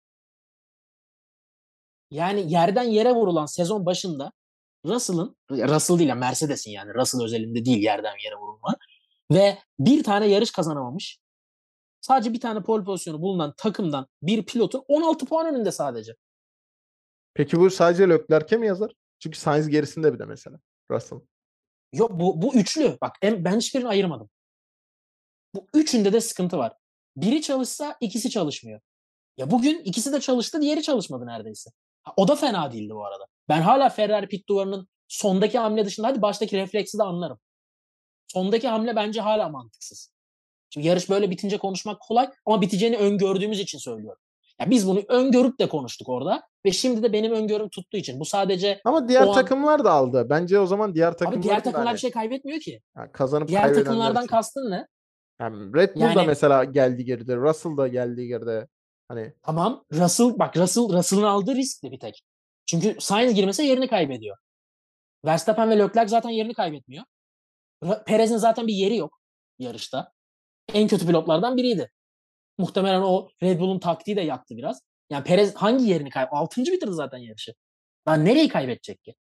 Yani yerden yere vurulan sezon başında Russell değil yani Mercedes'in yani Russell özelinde değil yerden yere vurulma. Ve bir tane yarış kazanamamış. Sadece bir tane pole pozisyonu bulunan takımdan bir pilotun 16 puan önünde sadece. Peki bu sadece Leclerc'e mi yazar? Çünkü Sainz gerisinde bir de mesela. Russell. Yok bu üçlü. Bak ben hiçbirini ayırmadım. Bu üçünde de sıkıntı var. Biri çalışsa ikisi çalışmıyor. Ya bugün ikisi de çalıştı, diğeri çalışmadı neredeyse. O da fena değildi bu arada. Ben hala Ferrari pit duvarının sondaki hamle dışında hadi baştaki refleksi de anlarım. Sondaki hamle bence hala mantıksız. Şimdi yarış böyle bitince konuşmak kolay ama biteceğini öngördüğümüz için söylüyorum. Ya biz bunu öngörüp de konuştuk orada ve şimdi de benim öngörüm tuttuğu için bu sadece Ama diğer o an takımlar da aldı. Bence o zaman diğer abi diğer takımların da takımlar bir hani şey kaybetmiyor ki. yani kazanıp Diğer kaybedenler takımlardan için. kastın ne? Yani Red Bull da Yani mesela geldi geride. Russell da geldi geride. Hani tamam Russell'ın aldığı riskli bir tek. Çünkü Sainz girmese yerini kaybediyor. Verstappen ve Leclerc zaten yerini kaybetmiyor. Perez'in zaten bir yeri yok yarışta. En kötü pilotlardan biriydi. Muhtemelen o Red Bull'un taktiği de yaktı biraz. Yani Perez hangi yerini kaybetti? 6. bitirdi zaten yarışı. Daha nereyi kaybedecek ki?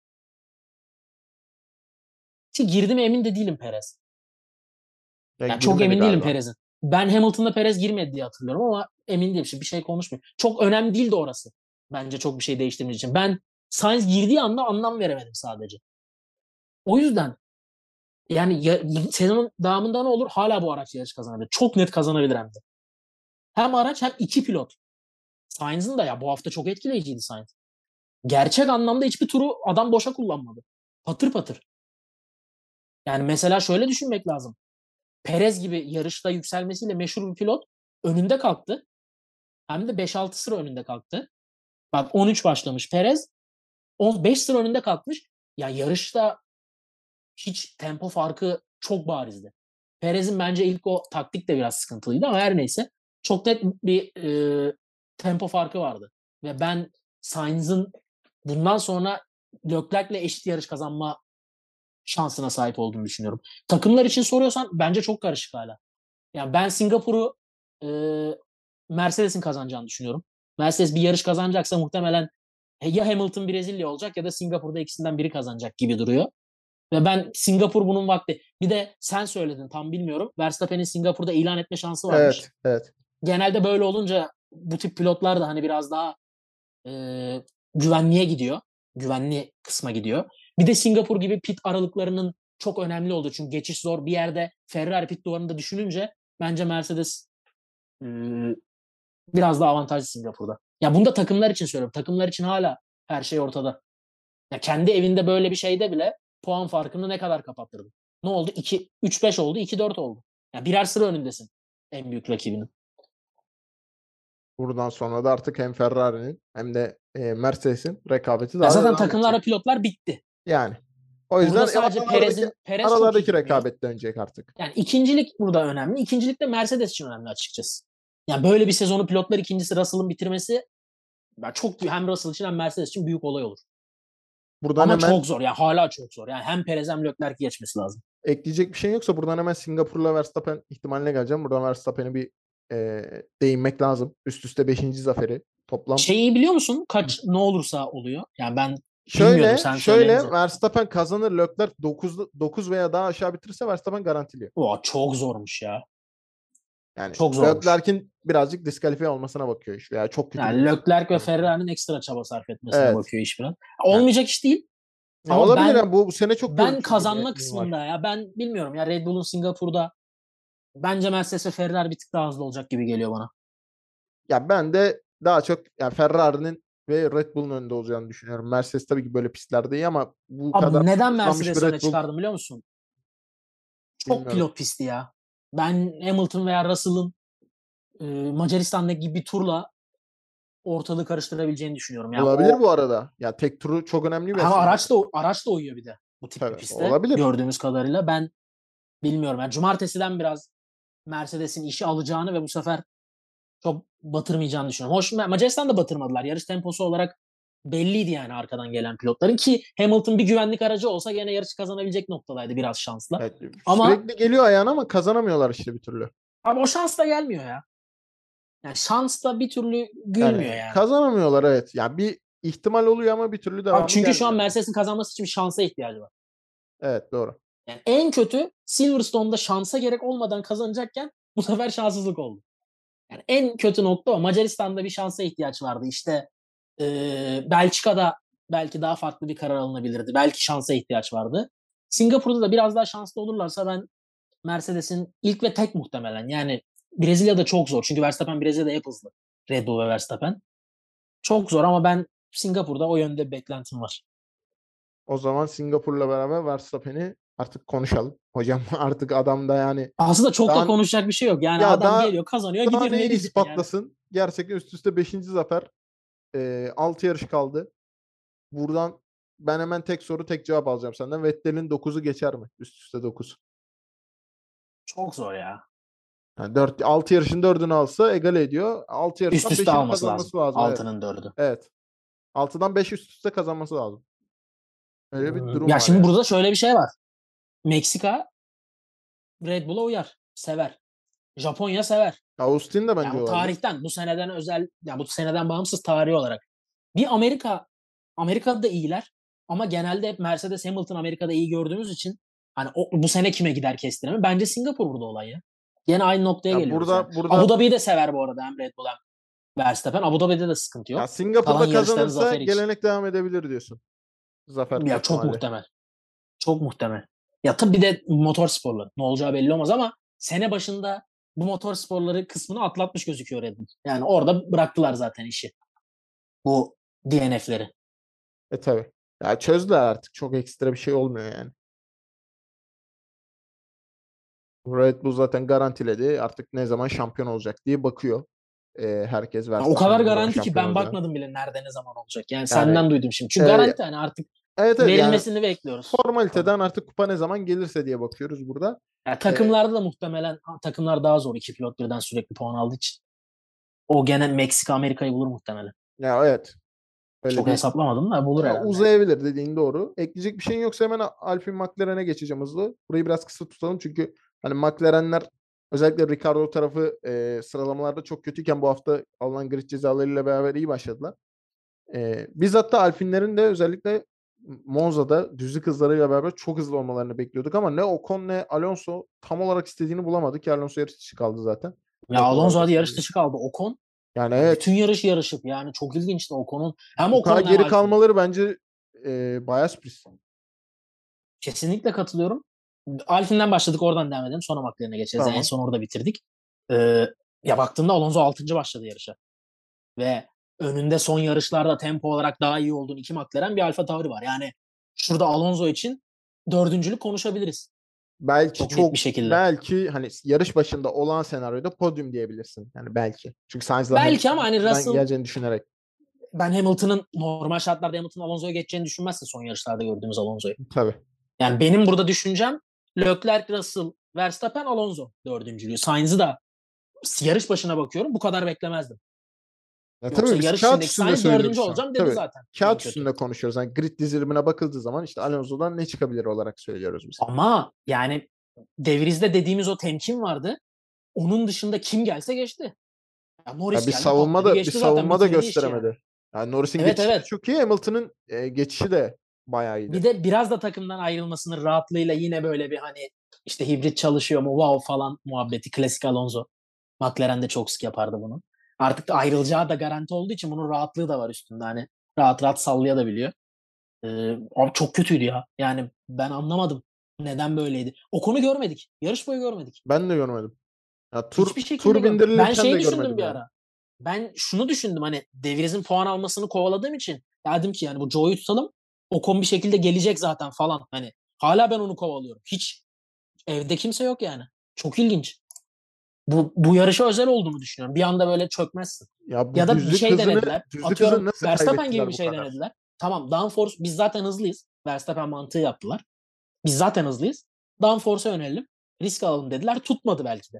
Ki girdi mi emin de değilim Perez. ya Yani çok girmedi emin değilim galiba. Perez'in. Ben Hamilton'da Perez girmedi diye hatırlıyorum ama emin değilim. Şimdi bir şey konuşmuyor. Çok önemli değildi orası. Bence çok bir şey değiştirmeyecek için. Ben Sainz girdiği anda anlam veremedim sadece. O yüzden yani sezonun devamında ne olur? Hala bu araç yarış kazanabilir. Çok net kazanabilir hem de. Hem araç hem iki pilot. Sainz'ın da ya bu hafta çok etkileyiciydi Sainz. Gerçek anlamda hiçbir turu adam boşa kullanmadı. Patır patır. Yani mesela şöyle düşünmek lazım. Perez gibi yarışta yükselmesiyle meşhur bir pilot önünde kalktı. Hem de 5-6 sıra önünde kalktı. Bak 13 başlamış Perez. 15 sıra önünde kalkmış. Ya yarışta hiç tempo farkı çok barizdi. Perez'in bence ilk o taktik de biraz sıkıntılıydı ama her neyse. Çok net bir tempo farkı vardı. Ve ben Sainz'ın bundan sonra Leclerc'le eşit yarış kazanma şansına sahip olduğunu düşünüyorum. Takımlar için soruyorsan bence çok karışık hala. Yani ben Singapur'u e, Mercedes'in kazanacağını düşünüyorum. Mercedes bir yarış kazanacaksa muhtemelen ya Hamilton Brezilya olacak ya da Singapur'da ikisinden biri kazanacak gibi duruyor. Ve ben Singapur bunun vakti. Bir de sen söyledin tam bilmiyorum. Verstappen'in Singapur'da ilan etme şansı varmış. Evet, evet. Genelde böyle olunca bu tip pilotlar da hani biraz daha e, güvenliğe gidiyor. Güvenli kısma gidiyor. Bir de Singapur gibi pit aralıklarının çok önemli olduğu. Çünkü geçiş zor bir yerde Ferrari pit duvarını da düşününce bence Mercedes e, biraz daha avantajlı Singapur'da. Ya bunu da takımlar için söylüyorum. Takımlar için hala her şey ortada. Ya kendi evinde böyle bir şeyde bile puan farkını ne kadar kapattırdın? Ne oldu? 2 3-5 oldu, 2-4 oldu. Ya birer sıra önündesin en büyük rakibinin. Buradan sonra da artık hem Ferrari'nin hem de Mercedes'in rekabeti Ya daha da zaten devam edecek. takımlarla pilotlar bitti. Yani. O Burada yüzden sadece Perez çok iyi aralardaki gitmiyor. rekabet dönecek artık. Yani ikincilik burada önemli. İkincilik de Mercedes için önemli açıkçası. Yani böyle bir sezonu pilotlar ikincisi Russell'ın bitirmesi çok hem Russell için hem Mercedes için büyük olay olur. Buradan Ama hemen çok zor. Yani hala çok zor. Yani hem Perez hem Leclerc'i geçmesi lazım. ekleyecek bir şey yoksa buradan hemen Singapur'la Verstappen ihtimaline geleceğim. Buradan Verstappen'e bir değinmek lazım. Üst üste beşinci zaferi. Toplam. Şeyi biliyor musun? Kaç ne olursa oluyor. Yani ben bilmiyordum Şöyle, sen şöyle söyleyince. Verstappen kazanır. Leclerc 9 veya daha aşağı bitirirse Verstappen garantiliyor. O çok zormuş ya. Yani Çok zormuş. Leclerc'in birazcık diskalifiye olmasına bakıyor iş veya çok kötü bir Yani pist Leclerc ve kazanıyor. Ferrari'nin ekstra çaba sarf etmesine Evet. bakıyor iş biraz. Yani, Olmayacak iş değil. ya Ama olabilir ben yani bu sene çok ben görüntü kazanma minval. kısmında ya ben bilmiyorum ya Red Bull'un Singapur'da bence Mercedes ve Ferrari bir tık daha hızlı olacak gibi geliyor bana. Ya ben de daha çok yani Ferrari'nin ve Red Bull'un önünde olacağını düşünüyorum. Mercedes tabii ki böyle pistlerde iyi ama bu kadar Abi neden hızlanmış bir Mercedes öne Red Bull çıkardım biliyor musun? Çok bilmiyorum. pilot pisti ya. Ben Hamilton veya Russell'ın Macaristan'daki bir turla ortalığı karıştırabileceğini düşünüyorum. Yani Olabilir o bu arada. Ya tek turu çok önemli bir hem aslında. araç da uyuyor bir de bu tip bir Tabii piste olabilir. gördüğümüz kadarıyla. Ben bilmiyorum. Yani cumartesiden biraz Mercedes'in işi alacağını ve bu sefer çok batırmayacağını düşünüyorum. Hoş Macaristan'da batırmadılar. Yarış temposu olarak belliydi yani arkadan gelen pilotların ki Hamilton bir güvenlik aracı olsa gene yarışı kazanabilecek noktadaydı biraz şansla. Evet, Ama sürekli geliyor ayağına ama kazanamıyorlar işte bir türlü. abi o şans da gelmiyor ya. Yani şans da bir türlü gülmüyor Yani yani. kazanamıyorlar evet. Yani bir ihtimal oluyor ama bir türlü Abi devamı çünkü şu an gelmiyor. Mercedes'in kazanması için bir şansa ihtiyacı var. Evet doğru. Yani en kötü Silverstone'da şansa gerek olmadan kazanacakken bu sefer şanssızlık oldu. Yani en kötü nokta o. Macaristan'da bir şansa ihtiyaç vardı. İşte Belçika'da belki daha farklı bir karar alınabilirdi. Belki şansa ihtiyaç vardı. Singapur'da da biraz daha şanslı olurlarsa ben Mercedes'in ilk ve tek muhtemelen. Yani Brezilya'da çok zor. Çünkü Verstappen Brezilya'da hep hızlı. Red Bull ve Verstappen. Çok zor ama ben Singapur'da o yönde bir beklentim var. O zaman Singapur'la beraber Verstappen'i artık konuşalım. Hocam artık adam da yani Aslında çok da daha konuşacak bir şey yok. Yani ya adam daha geliyor, kazanıyor, daha gidiyor. Ne neyi diyeceksin yani? ispatlasın? Gerçekten üst üste beşinci zafer. 6 yarış kaldı. Buradan ben hemen tek soru tek cevap alacağım senden. Vettel'in 9'u geçer mi? Üst üste 9. Çok zor ya. Yani 6 yarışın 4'ünü alsa egale ediyor. 6 Üst yarıştan üste beşini alması lazım. kazanması lazım. Evet. Altının dördü. Evet. 6'dan 5 üst üste kazanması lazım. Öyle bir durum Ya var şimdi yani. burada şöyle bir şey var. Meksika Red Bull'a uyar. Sever. Japonya sever. Austin de bence Yani o olabilir. tarihten bu seneden özel yani bu seneden bağımsız tarihi olarak. Bir Amerika'da da iyiler ama genelde hep Mercedes Hamilton Amerika'da iyi gördüğümüz için hani bu sene kime gider kestireme. Bence Singapur burada olay ya. Yine aynı noktaya Ya geliyoruz yani. burada Abu Dhabi'yi de sever bu arada hem Red Bull hem Verstappen. Abu Dhabi'de de sıkıntı Ya yok. Kalan Singapur'da yarışların kazanırsa zafer için. gelenek devam edebilir diyorsun. Zafer Ya çok ihtimali. muhtemel. Çok muhtemel. Ya tabii bir de motor sporları. Ne olacağı belli olmaz ama sene başında bu motor sporları kısmını atlatmış gözüküyor Red Bull. Yani orada bıraktılar zaten işi. Bu DNF'leri. Tabii. Ya çözdüler artık. Çok ekstra bir şey olmuyor yani. Red Bull zaten garantiledi. Artık ne zaman şampiyon olacak diye bakıyor. Herkes Ya o kadar Verstappen'in ne zaman garanti ki şampiyon ben olacağını. bakmadım bile nerede ne zaman olacak. Yani Yani senden duydum şimdi. Çünkü e, garanti hani artık evet yani verilmesini bekliyoruz. Bakalım. formaliteden artık kupa ne zaman gelirse diye bakıyoruz burada. Ya E, takımlarda da muhtemelen takımlar daha zor. İki pilot birden sürekli puan aldığı için. O gene Meksika Amerika'yı bulur muhtemelen. ya evet. Öyle Çok bir hesaplamadım da bulur herhalde. uzayabilir dediğin doğru. Ekleyecek bir şeyin yoksa hemen Alpine McLaren'e geçeceğim hızlı. Burayı biraz kısa tutalım çünkü hani McLaren'ler özellikle Ricardo tarafı sıralamalarda çok kötüyken bu hafta alınan grid cezalarıyla beraber iyi başladılar. Biz hatta Alpine'lerin de özellikle Monza'da düzlük hızlarıyla beraber çok hızlı olmalarını bekliyorduk ama ne Ocon ne Alonso tam olarak istediğini bulamadı ki Alonso yarış dışı kaldı zaten. Ya Red Bull Alonso hadi arabası yarış diye. dışı kaldı. Ocon Yani ya bütün evet, yarış yarışıp yani çok ilginçti Ocon'un. Hem bu kadar Ocon'un hem geri Alpine'in. kalmaları bence bayağı sürpriz. Kesinlikle katılıyorum. Alpine'den başladık oradan devam edelim. Sonra McLaren'e geçeceğiz. Yani en Tamam. son orada bitirdik. Ee, ya baktığımda Alonso 6. başladı yarışa. Ve önünde son yarışlarda tempo olarak daha iyi olduğunu iki McLaren bir Alfa Tauri var. Yani şurada Alonso için dördüncülük konuşabiliriz. Belki Çok net bir çok şekilde. belki hani yarış başında olan senaryoda podyum diyebilirsin. Yani belki. Çünkü Sainz'la Belki ama hani Hamilton'dan Russell geleceğini düşünerek. ben Hamilton'ın normal şartlarda Hamilton'ın Alonso'ya geçeceğini düşünmezsin son yarışlarda gördüğümüz Alonso'yu. Tabii. Yani benim burada düşüncem Leclerc, Russell, Verstappen, Alonso dördüncülüğü. Sainz'ı da yarış başına bakıyorum bu kadar beklemezdim. Ya Yoksa tabii biz yarış kağıt içindeki üstünde Sainz dördüncü söylüyoruz şu an. olacağım dedi Tabii. zaten en Kağıt kötü. üstünde konuşuyoruz. Hani grid dizilimine bakıldığı zaman işte Alonso'dan ne çıkabilir olarak söylüyoruz biz. Ama yani devrizde dediğimiz o temkin vardı. Onun dışında kim gelse geçti. Ya Ya Norris geldi pat dedi bir geçti zaten savunma da bitirdi işi yani. gösteremedi. Yani Norris'in Evet geçişi de evet. çok iyi. Hamilton'ın geçişi de bayağı Bir iyiydi. de biraz da takımdan ayrılmasının rahatlığıyla yine böyle bir hani işte hibrit çalışıyor mu wow falan muhabbeti klasik Alonso. McLaren de çok sık yapardı bunu. Artık da ayrılacağı da garanti olduğu için bunun rahatlığı da var üstünde. Hani rahat rahat sallayabiliyor. Abi çok kötüydü ya. Yani ben anlamadım neden böyleydi. O konu görmedik. Yarış boyu görmedik. Ben de görmedim. Ya Hiçbir şekilde tur görmedik. Ben bindirilirken şeyi de düşündüm görmedim bir yani. ara. Ben şunu düşündüm hani Devriz'in puan almasını kovaladığım için ya dedim ki yani bu Joe'yu tutalım. Ocon bir şekilde gelecek zaten falan. Hani hala ben onu kovalıyorum. Hiç evde kimse yok yani. Çok ilginç. Bu yarışa özel olduğunu düşünüyorum. Bir anda böyle çökmezsin. Ya bu Ya da bir şey denediler. düzlük hızını Atıyorum nasıl Verstappen gibi kaybettiler bir bu şey kadar? denediler. Tamam downforce biz zaten hızlıyız. Verstappen mantığı yaptılar. Biz zaten hızlıyız. Downforce'a yönelelim. Risk alalım dediler. Tutmadı belki de.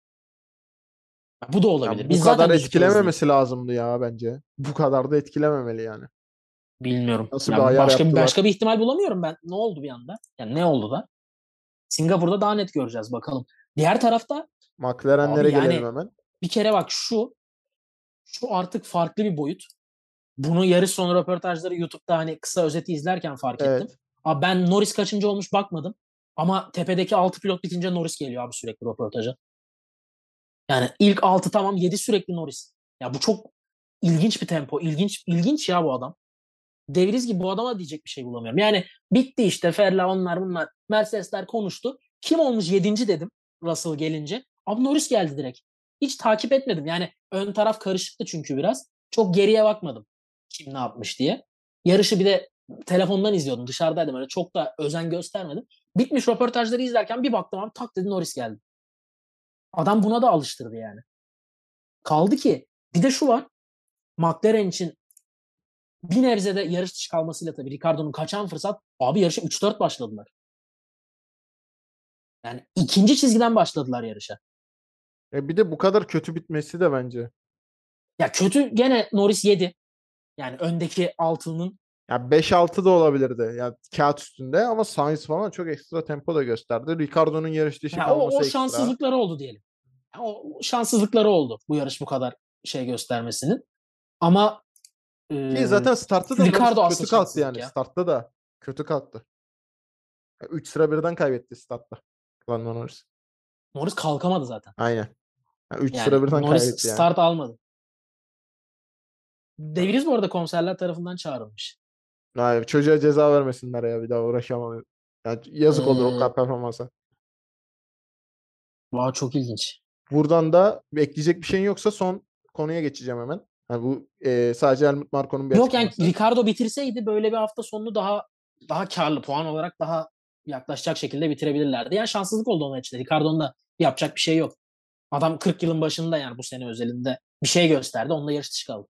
Bu da Ya olabilir. bu Biz kadar zaten gözüküyor hızlıyız. etkilememesi lazımdı ya bence. Bu kadar da etkilememeli yani. Bilmiyorum. Nasıl bir Ya ayar başka yaptılar? başka bir ihtimal bulamıyorum ben. Ne oldu bir anda? Yani ne oldu da? Singapur'da daha net göreceğiz bakalım. Diğer tarafta abi McLaren'lere gelelim yani hemen. bir kere bak şu artık farklı bir boyut. Bunu yarış sonu röportajları YouTube'da hani kısa özeti izlerken fark ettim. Evet. Abi ben Norris kaçıncı olmuş bakmadım. Ama tepedeki 6 pilot bitince Norris geliyor abi sürekli röportaja. Yani ilk 6 tamam 7 sürekli Norris. Ya bu çok ilginç bir tempo. İlginç ya bu adam. Devriz gibi bu adama diyecek bir şey bulamıyorum. Yani bitti işte Ferla onlar bunlar. Mercedesler konuştu. Kim olmuş yedinci dedim Russell gelince. Abi Norris geldi direkt. Hiç takip etmedim. Yani ön taraf karışıktı çünkü biraz. Çok geriye bakmadım. Kim ne yapmış diye. Yarışı bir de telefondan izliyordum. Dışarıdaydım öyle. Çok da özen göstermedim. Bitmiş röportajları izlerken bir baktım abi tak dedi Norris geldi. Adam buna da alıştırdı yani. Kaldı ki bir de şu var. McLaren için bir nebze de yarış dışı kalmasıyla tabii Ricardo'nun kaçan fırsat abi yarışa 3-4 başladılar. Yani ikinci çizgiden başladılar yarışa. Bir de bu kadar kötü bitmesi de bence. Ya kötü gene Norris yedi. Yani öndeki altının Ya 5-6 da olabilirdi. Ya kağıt üstünde ama Sainz falan çok ekstra tempo da gösterdi. Ricardo'nun yarış dışı ya o kalması ekstra. şanssızlıkları oldu diyelim. Ya o şanssızlıkları oldu bu yarış bu kadar şey göstermesinin. Ama e, Ki zaten startta da Norris Ricardo asıl kötü kalktı şanssızlık yani. ya. Startta da kötü kalktı. 3 sıra birden kaybetti startta. Lando Norris. Norris kalkamadı zaten. Aynen. 3 sıra Yani birden Norris kaybetti yani. start almadı. De Vries bu arada komiserler tarafından çağrılmış. Yani çocuğa ceza vermesinler ya, bir daha uğraşamam. Yani yazık olur o Ee, kadar performansa. Wow, çok ilginç. Buradan da ekleyecek bir şeyin yoksa son konuya geçeceğim hemen. Yani bu sadece Helmut Marko'nun bir Yok yani açıklaması. Ricardo bitirseydi böyle bir hafta sonunu daha karlı puan olarak daha yaklaşacak şekilde bitirebilirlerdi. Yani şanssızlık oldu onun için. Ricardo'nun da yapacak bir şey yok. Adam 40 yılın başında yani bu sene özelinde bir şey gösterdi. Onunla yarış dışı kaldı.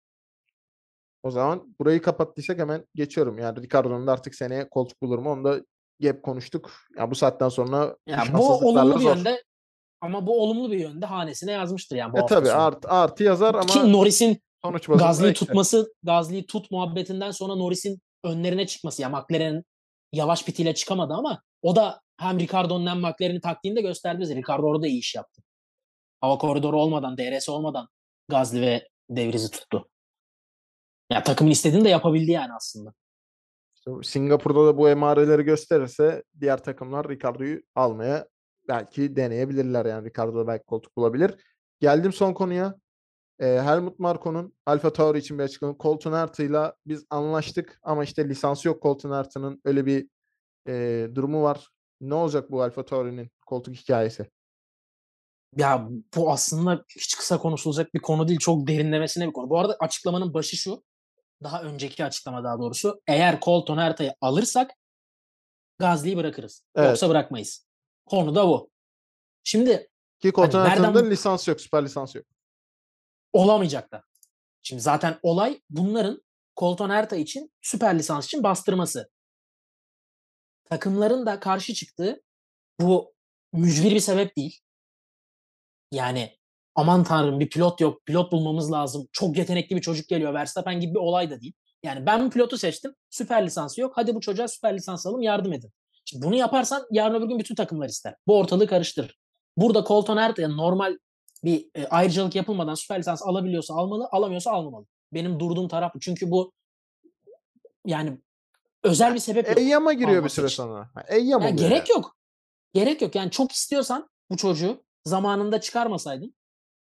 O zaman burayı kapattıysak hemen geçiyorum. Yani Ricardo'nun da artık seneye koltuk bulur mu? Onu da hep konuştuk. Ya bu saatten sonra bu Yani bu şanssızlıklarla olumlu bir zor. yönde ama bu olumlu bir yönde hanesine yazmıştır yani bu hafta Tabii sonu. artı yazar Ki ama Norris'in sonuç bazında eksi. Gazli'yi tut muhabbetinden sonra Norris'in önlerine çıkması. Ya McLaren'in yavaş pitiyle çıkamadı ama o da hem Ricardo'nun hem McLaren'in taktiğini de gösterdi bize. Ricardo orada iyi iş yaptı. Hava koridoru olmadan, DRS olmadan Gazli ve De Vries'i tuttu. Ya takımın istediğini de yapabildi yani aslında. İşte Singapur'da da bu emareleri gösterirse diğer takımlar Ricardo'yu almaya belki deneyebilirler. Yani Ricardo da belki koltuk bulabilir. Geldim son konuya. Helmut Marko'nun Alfa Tauri için bir açıklama. Colton Herta'yla biz anlaştık ama işte lisansı yok Colton Herta'nın. Öyle bir durumu var. Ne olacak bu Alfa Tauri'nin koltuk hikayesi? Ya bu aslında hiç kısa konuşulacak bir konu değil. Çok derinlemesine bir konu. Bu arada açıklamanın başı şu. Daha önceki açıklama daha doğrusu. Eğer Colton Herta'yı alırsak Gazli'yi bırakırız. Yoksa Evet. bırakmayız. Konu da bu. Şimdi Ki hani Colton Herta'nın nereden da bu lisansı yok. Süper lisansı yok. olamayacak da. Şimdi zaten olay bunların Colton Herta için süper lisans için bastırması. Takımların da karşı çıktığı bu mücbir bir sebep değil. Yani aman tanrım bir pilot yok, pilot bulmamız lazım. Çok yetenekli bir çocuk geliyor. Verstappen gibi bir olay da değil. Yani ben bu pilotu seçtim. Süper lisansı yok. Hadi bu çocuğa süper lisans alalım, yardım edin. Şimdi bunu yaparsan yarın öbür gün bütün takımlar ister. Bu ortalığı karıştırır. Burada Colton Herta'ya normal bir ayrıcalık yapılmadan süper lisans alabiliyorsa almalı, alamıyorsa almamalı. Benim durduğum taraf bu. Çünkü bu yani özel Ya, bir sebep yok Eyyam'a giriyor bir alması süre için. sonra. Eyyam Yani oluyor yani. gerek yok. Gerek yok. Yani çok istiyorsan bu çocuğu zamanında çıkarmasaydın,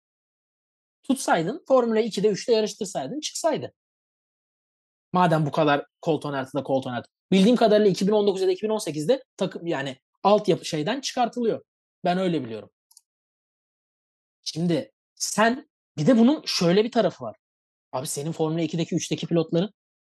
tutsaydın, Formula 2'de 3'te yarıştırsaydın, çıksaydı. Madem bu kadar Colton Herta. Bildiğim kadarıyla 2019 ya da 2018'de takım yani altyapı şeyden çıkartılıyor. Ben öyle biliyorum. Şimdi sen bir de bunun şöyle bir tarafı var. Abi senin Formula 2'deki 3'teki pilotların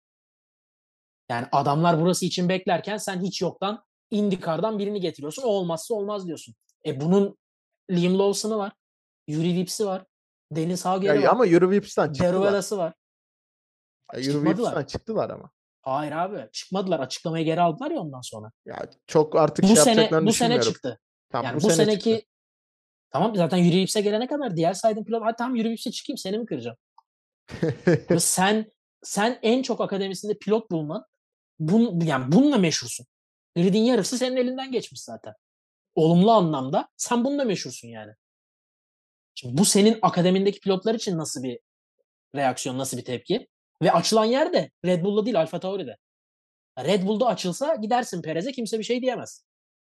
yani adamlar burası için beklerken sen hiç yoktan IndyCar'dan birini getiriyorsun. O olmazsa olmaz diyorsun. Bunun Liam Lawson'ı var. Yuri Vips'i var. Dennis Hauger'i Ya var. ama Eurovipps'ten çıktılar. Deruvela'sı var. Eurovipps'ten Çıkmadılar. çıktılar ama. Hayır abi. Çıkmadılar. Açıklamayı geri aldılar ya ondan sonra. Ya çok artık Bu şey sene yapacaklarını bu sene düşünmüyorum. çıktı. Tam bu Yani bu sene çıktı. seneki tamam zaten Yuri Vips'e gelene kadar diğer saydığım pilot hadi tamam Yuri Vips'e çıkayım seni mi kıracağım? Abi sen en çok akademisinde pilot bulunan yani bununla meşhursun. Grid'in yarısı senin elinden geçmiş zaten. Olumlu anlamda sen bununla meşhursun yani. Şimdi bu senin akademindeki pilotlar için nasıl bir reaksiyon, nasıl bir tepki? Ve açılan yer de Red Bull'da değil Alfa Tauri'de. Red Bull'da açılsa gidersin Perez'e kimse bir şey diyemez.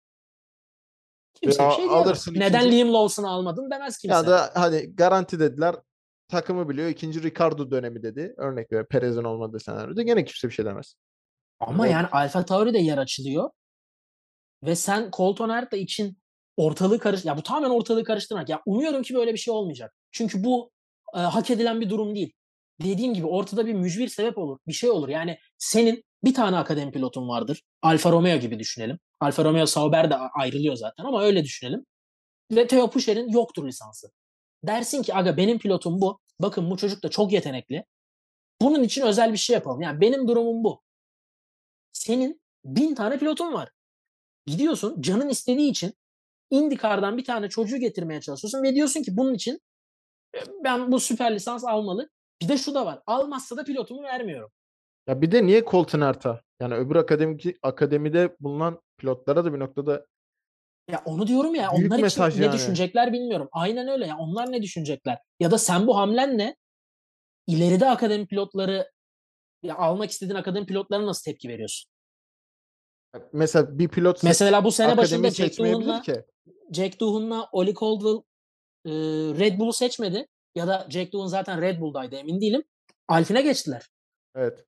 Ya Kimse bir şey diyemez. alırsın Neden ikinci. Liam Lawson'u almadın demez Ya kimse. da hani garanti dediler. Takımı biliyor. İkinci Ricardo dönemi dedi. Örnek ver. Perez'in olmadığı senaryoda gene kimse bir şey demez. Yani Ama yani Alfa Tauri'de yer açılıyor ve sen Colton Herta için ya bu tamamen ortalığı karıştırmak. Ya umuyorum ki böyle bir şey olmayacak. Çünkü bu hak edilen bir durum değil. Dediğim gibi ortada bir mücbir sebep olur. Bir şey olur. Yani senin bir tane akademi pilotun vardır. Alfa Romeo gibi düşünelim. Alfa Romeo Sauber de ayrılıyor zaten ama öyle düşünelim. Ve Theo Pusher'in yoktur lisansı. Dersin ki aga benim pilotum bu. Bakın bu çocuk da çok yetenekli. Bunun için özel bir şey yapalım. Yani benim durumum bu. Senin 1000 tane pilotun var. Gidiyorsun canın istediği için IndyCar'dan bir tane çocuğu getirmeye çalışıyorsun ve diyorsun ki bunun için ben bu süper lisans almalı. Bir de şu da var. Almazsa da pilotumu vermiyorum. ya bir de niye Colton Herta? Yani öbür akademide bulunan pilotlara da bir noktada Ya onu diyorum ya büyük onlar için mesaj ne yani. düşünecekler bilmiyorum. Aynen öyle ya onlar ne düşünecekler? Ya da sen bu hamlenle ileride akademi pilotları ya almak istediğin akademi pilotlarına nasıl tepki veriyorsun? Mesela bir pilot Mesela bu sene akademiyi başında seçmeyebilir ki. Jack Doohan'la Oli Caldwell Red Bull'u seçmedi. Ya da Jack Doohan zaten Red Bull'daydı emin değilim. Alpine geçtiler. Evet.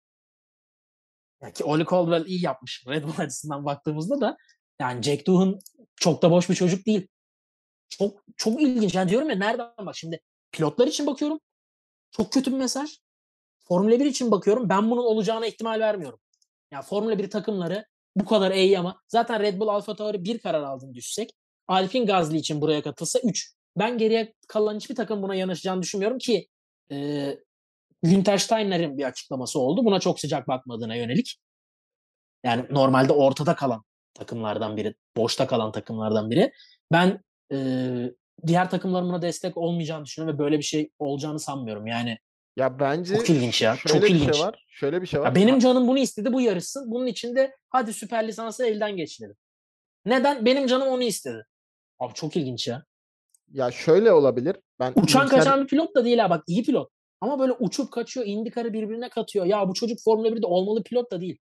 Ya ki Oli Caldwell iyi yapmış Red Bull açısından baktığımızda da, yani Jack Doohan çok da boş bir çocuk değil. Çok çok ilginç. Yani diyorum ya, nereden bak şimdi, pilotlar için bakıyorum. Çok kötü bir mesaj. Formula 1 için bakıyorum. Ben bunun olacağına ihtimal vermiyorum. Ya Formula 1 takımları bu kadar iyi ama zaten Red Bull AlphaTauri bir karar aldığını düşsek, Alpine Gasly için buraya katılsa 3. Ben geriye kalan hiçbir takım buna yanaşacağını düşünmüyorum ki e, Günther Steiner'in bir açıklaması oldu. Buna çok sıcak bakmadığına yönelik. Yani normalde ortada kalan takımlardan biri, boşta kalan takımlardan biri. Ben e, diğer takımların buna destek olmayacağını düşünüyorum ve böyle bir şey olacağını sanmıyorum. Yani Ya çok bence ilginç ya. Çok şöyle bir şey ilginç. var. Şöyle bir şey var. Ya benim canım bunu istedi, bu yarışsın. Bunun için de hadi süper lisansı elden geçirelim. Neden? Benim canım onu istedi. Abi çok ilginç ya. Ya şöyle olabilir. Ben Uçan iyimser kaçan bir pilot da değil ha, bak iyi pilot. Ama böyle uçup kaçıyor, IndyCar'ı birbirine katıyor. Ya bu çocuk Formula 1'de olmalı pilot da değil.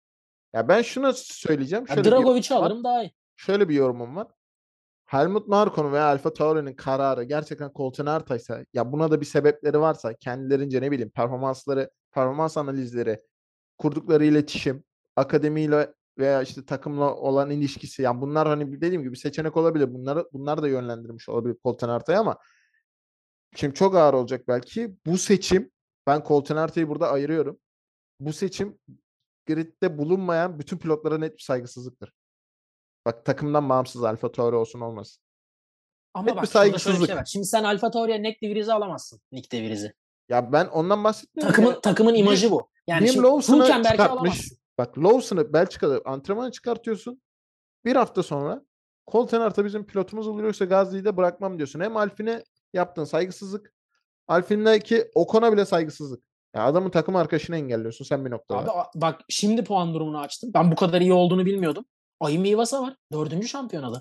ya ben şunu söyleyeceğim. Ya Şöyle bir Dragovic'i yorumum var. alırım daha iyi. Şöyle bir yorumum var. Helmut Marko'nun veya Alfa Tauri'nin kararı gerçekten Colton Herta'ysa, ya buna da bir sebepleri varsa, kendilerince ne bileyim performansları, performans analizleri, kurdukları iletişim, akademiyle veya işte takımla olan ilişkisi, yani bunlar hani dediğim gibi seçenek olabilir. Bunlar da yönlendirmiş olabilir Colton Herta'yı ama şimdi çok ağır olacak belki. Bu seçim, ben Colton Herta'yı burada ayırıyorum. Bu seçim gridde bulunmayan bütün pilotlara net bir saygısızlıktır. Bak takımdan bağımsız Alfa Tauri olsun olmasın. Ama Net bir bak şurada şöyle bir şey var. saygısızlık. Şimdi sen AlphaTauri'ye Nick de Vries'i alamazsın. Nick de Vries'i. Ya ben ondan bahsetmiyorum ya. Takımın imajı bu. Yani Liam şimdi Lawson'ı Hülkenberg'i çıkartmış. alamazsın. Bak Lawson'ı Belçika'da antrenmana çıkartıyorsun. Bir hafta sonra Colton Herta bizim pilotumuz oluyorsa Gazli'yi de bırakmam diyorsun. Hem Alpine yaptığın saygısızlık. Alpine'deki Ocon'a bile saygısızlık. Ya adamın takım arkadaşını engelliyorsun sen bir Abi noktada. bak şimdi puan durumunu açtım. Ben bu kadar iyi olduğunu bilmiyordum. Ayım Iwasa var. Dördüncü şampiyonada.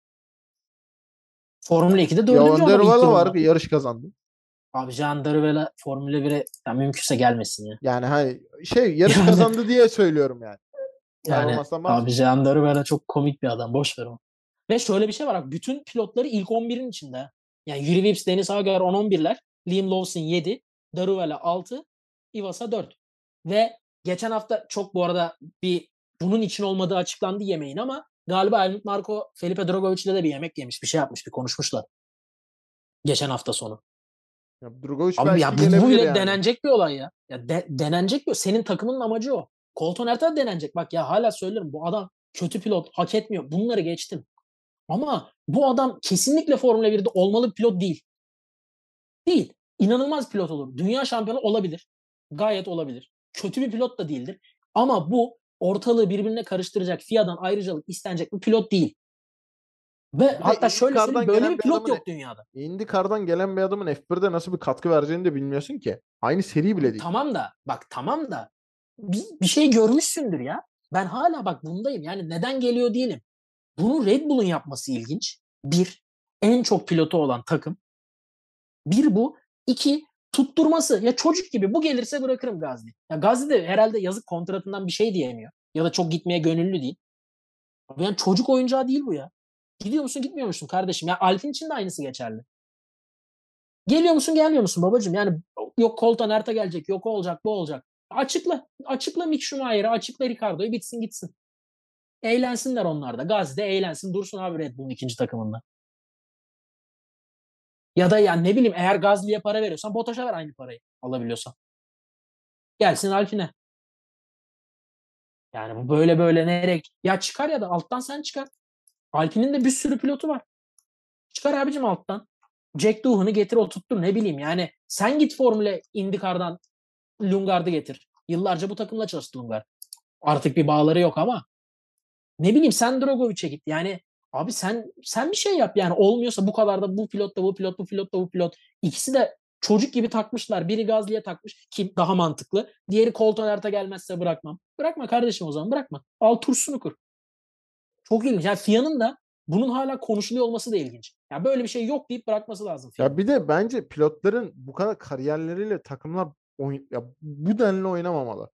Formula 2'de dördüncü Johan adam ilk Dervala var turunda. yarış kazandı. Abi Jean Daruvela Formula 1'e ya mümkünse gelmesin ya. Yani hani yarış Yani kazandı diye söylüyorum yani. yani Performanstan abi bahsetmiyorum. Jean Daruvela çok komik bir adam. Boş ver onu. Ve şöyle bir şey var. Bak, bütün pilotları ilk 11'in içinde. Yani Yuri Vips, Deniz Hagar 10-11'ler. Liam Lawson 7. Daruvela 6. Iwasa 4. Ve geçen hafta çok bu arada bir bunun için olmadığı açıklandı yemeğin ama galiba Helmut Marko Felipe Dragovic'le de bir yemek yemiş. Bir şey yapmış. Bir konuşmuşlar. Geçen hafta sonu. Ya Drugovic Abi belki ya bu gelebilir bile yani. denenecek bir olay ya. Ya denenecek bir. Senin takımının amacı o. Colton Herta denenecek. Bak ya hala söylüyorum. Bu adam kötü pilot. Hak etmiyor. Bunları geçtim. Ama bu adam kesinlikle Formula 1'de olmalı bir pilot değil. Değil. İnanılmaz pilot olur. Dünya şampiyonu olabilir. Gayet olabilir. Kötü bir pilot da değildir. Ama bu ortalığı birbirine karıştıracak, FIA'dan ayrıcalık istenecek bir pilot değil. Ve Bir de hatta şöyle söyleyeyim, IndyCar'dan böyle gelen bir bir pilot adamın yok dünyada. IndyCar'dan gelen bir adamın F1'de nasıl bir katkı vereceğini de bilmiyorsun ki. Aynı seri bile Abi değil. tamam da bak, tamam da bir şey görmüşsündür ya. Ben hala bak bundayım. Yani neden geliyor diyelim. Bunu Red Bull'un yapması ilginç. Bir, en çok pilotu olan takım. Bir bu. İki, tutturması. Ya çocuk gibi bu gelirse bırakırım Gazli. Ya Gazli de herhalde yazık kontratından bir şey diyemiyor. Ya da çok gitmeye gönüllü değil. Yani çocuk oyuncağı değil bu ya. Gidiyor musun gitmiyor musun kardeşim? Ya Alfin için de aynısı geçerli. Geliyor musun gelmiyor musun babacığım? Yani yok Colton Herta gelecek, yok o olacak, bu olacak. Açıkla. Açıkla Mick Schumacher'ı, açıkla Ricardo'yu, bitsin gitsin. Eğlensinler onlar da. Gazze de eğlensin. Dursun abi Red Bull'un ikinci takımında. Ya da yani ne bileyim, eğer Gazli'ye para veriyorsan Bottas'a ver aynı parayı alabiliyorsan. Gelsin Alpine. Yani bu böyle böyle nereye? Ya çıkar ya da alttan sen çıkar. Alpine'in de bir sürü pilotu var. Çıkar abicim alttan. Jack Doohan'ı getir oturttur, ne bileyim yani. Sen git Formula IndyCar'dan Lungard'ı getir. Yıllarca bu takımla çalıştı Lungard. Artık bir bağları yok ama ne bileyim sen Drogovic'e git. Yani abi sen bir şey yap yani, olmuyorsa bu kadar da bu pilot da bu pilot, bu pilot da bu pilot. İkisi de çocuk gibi takmışlar. Biri Gazli'ye takmış ki daha mantıklı. Diğeri Colton Herta gelmezse bırakmam. Bırakma kardeşim o zaman, bırakma. Al tursunu kur. Çok ilginç. Yani FIA'nın da bunun hala konuşuluyor olması da ilginç. Yani böyle bir şey yok deyip bırakması lazım Ya FIA'nın. bir de bence pilotların bu kadar kariyerleriyle takımlar ya bu denli oynamamalı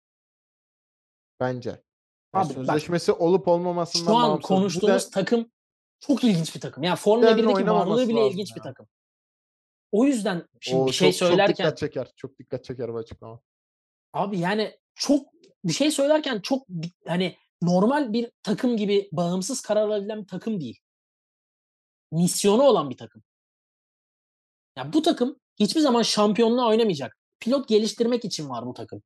bence. Yani Abi bak, sözleşmesi olup şu olmamasından an bağımsız. konuştuğumuz takım çok ilginç bir takım. Yani Bu Formula denli 1'deki varlığı oynamaması bile lazım ilginç bir ya. takım. O yüzden şimdi O bir şey çok söylerken dikkat çeker. Çok dikkat çeker bu açıklama. abi yani çok bir şey söylerken çok hani normal bir takım gibi bağımsız karar alabilen bir takım değil. Misyonu olan bir takım. Ya bu takım hiçbir zaman şampiyonluğa oynamayacak. Pilot geliştirmek için var bu takım.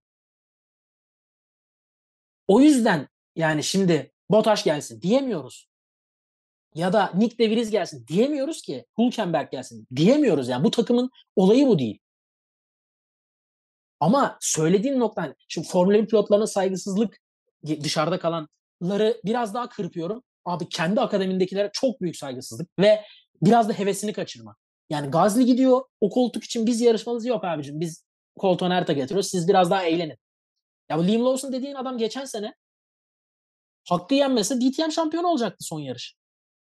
O yüzden yani şimdi Bottas gelsin diyemiyoruz. Ya da Nick de Vries gelsin diyemiyoruz ki. Hülkenberg gelsin diyemiyoruz yani. Bu takımın olayı bu değil. Ama söylediğin nokta hani şimdi Formula 1 pilotlarına saygısızlık dışarıda kalanları biraz daha kırpıyorum. Abi kendi akademindekilere çok büyük saygısızlık ve biraz da hevesini kaçırma. Yani Gazli gidiyor o koltuk için biz yarışmalıyız yok abicim biz koltuğa nerede getiriyoruz siz biraz daha eğlenin. Ya bu Liam Lawson dediğin adam geçen sene hakkı yenmese DTM şampiyonu olacaktı son yarış.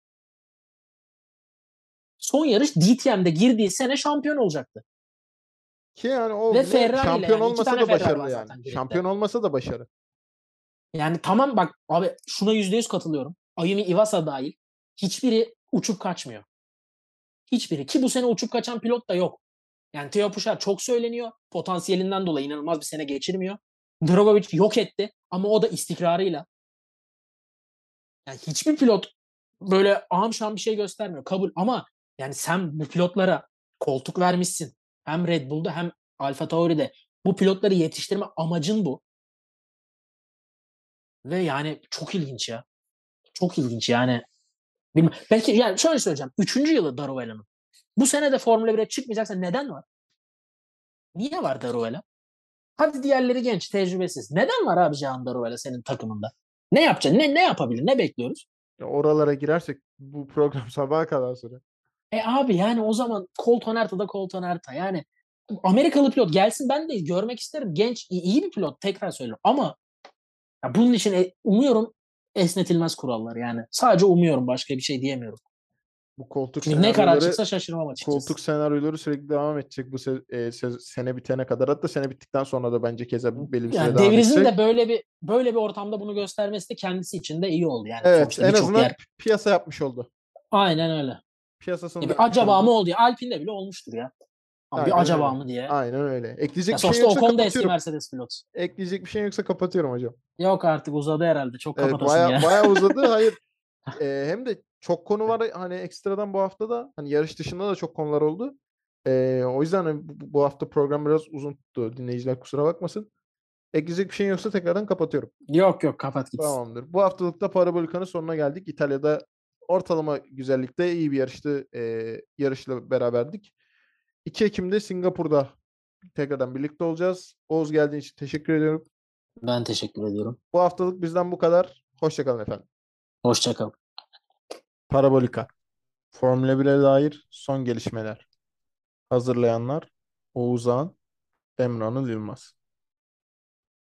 Son yarış DTM'de girdiği sene şampiyon olacaktı. Ki yani o Ve bile Ferrari ile şampiyon yani iki olmasa tane da Ferrari var başarılı yani. zaten gridde. Şampiyon olmasa da başarı. Yani tamam bak abi şuna %100 katılıyorum. Ayumi Iwasa dahil hiçbiri uçup kaçmıyor. Hiçbiri. Ki bu sene uçup kaçan pilot da yok. Yani Theo Puşar çok söyleniyor. Potansiyelinden dolayı inanılmaz bir sene geçirmiyor. Drogovic yok etti ama o da istikrarıyla. Yani hiçbir pilot böyle ahım şahım bir şey göstermiyor. Kabul ama yani sen bu pilotlara koltuk vermişsin. Hem Red Bull'da hem Alfa Tauri'de. Bu pilotları yetiştirme amacın bu. Ve yani çok ilginç ya. Çok ilginç yani. Bilmem. Belki yani şöyle söyleyeceğim. Üçüncü yılı Daruvala'nın. Bu sene de Formula 1'e çıkmayacaksa neden var? Niye var Daruvala? Hadi diğerleri genç, tecrübesiz. Neden var abi Cihan Daruvala senin takımında? Ne yapacak? Ne yapabilir? Ne bekliyoruz? Ya oralara girersek bu program sabaha kadar sürer. Abi yani o zaman Colton da Colton Herta. Yani Amerikalı pilot gelsin ben de görmek isterim. Genç, iyi bir pilot tekrar söylüyorum. Ama ya bunun için umuyorum esnetilmez kurallar yani. Sadece umuyorum başka bir şey diyemiyorum. Bu koltuk Çünkü ne karar senaryoları çıksa şaşırmam açıkçası. koltuk senaryoları sürekli devam edecek bu sene bitene kadar. Hatta sene bittikten sonra da bence keza belli bir süre Yani devam Devriz'in edecek. de böyle bir ortamda bunu göstermesi de kendisi için de iyi oldu. Yani Evet, sonuçta en birçok azından yer piyasa yapmış oldu. aynen öyle. Piyasasını Ya da bir yapmış acaba mı oldu. oldu ya? Alpine'de bile olmuştur ya. Ama bir Aynen acaba öyle. mı diye. Aynen öyle. Ya Ekleyecek bir şey sonuçta yoksa Ocon da eski kapatıyorum. Mercedes pilot. Ekleyecek bir şey yoksa kapatıyorum hocam. Yok artık uzadı herhalde. Çok Evet, kapatasın baya ya. baya uzadı. Hayır. Hem de çok konu var hani ekstradan bu hafta da hani yarış dışında da çok konular oldu. O yüzden hani bu hafta program biraz uzun tuttu. Dinleyiciler kusura bakmasın. Ekleyecek bir şey yoksa tekrardan kapatıyorum. Yok kapat gitsin. Tamamdır. Bu haftalıkta Parabolica'nın sonuna geldik. İtalya'da ortalama güzellikte iyi bir yarıştı. Yarışla beraberdik. 2 Ekim'de Singapur'da tekrardan birlikte olacağız. Oğuz geldiğin için teşekkür ediyorum. Ben teşekkür ediyorum. Bu haftalık bizden bu kadar. Hoşça kalın efendim. Hoşça kal. Parabolika. Formula 1'e dair son gelişmeler. Hazırlayanlar Oğuzhan, Emre Anıl Yılmaz.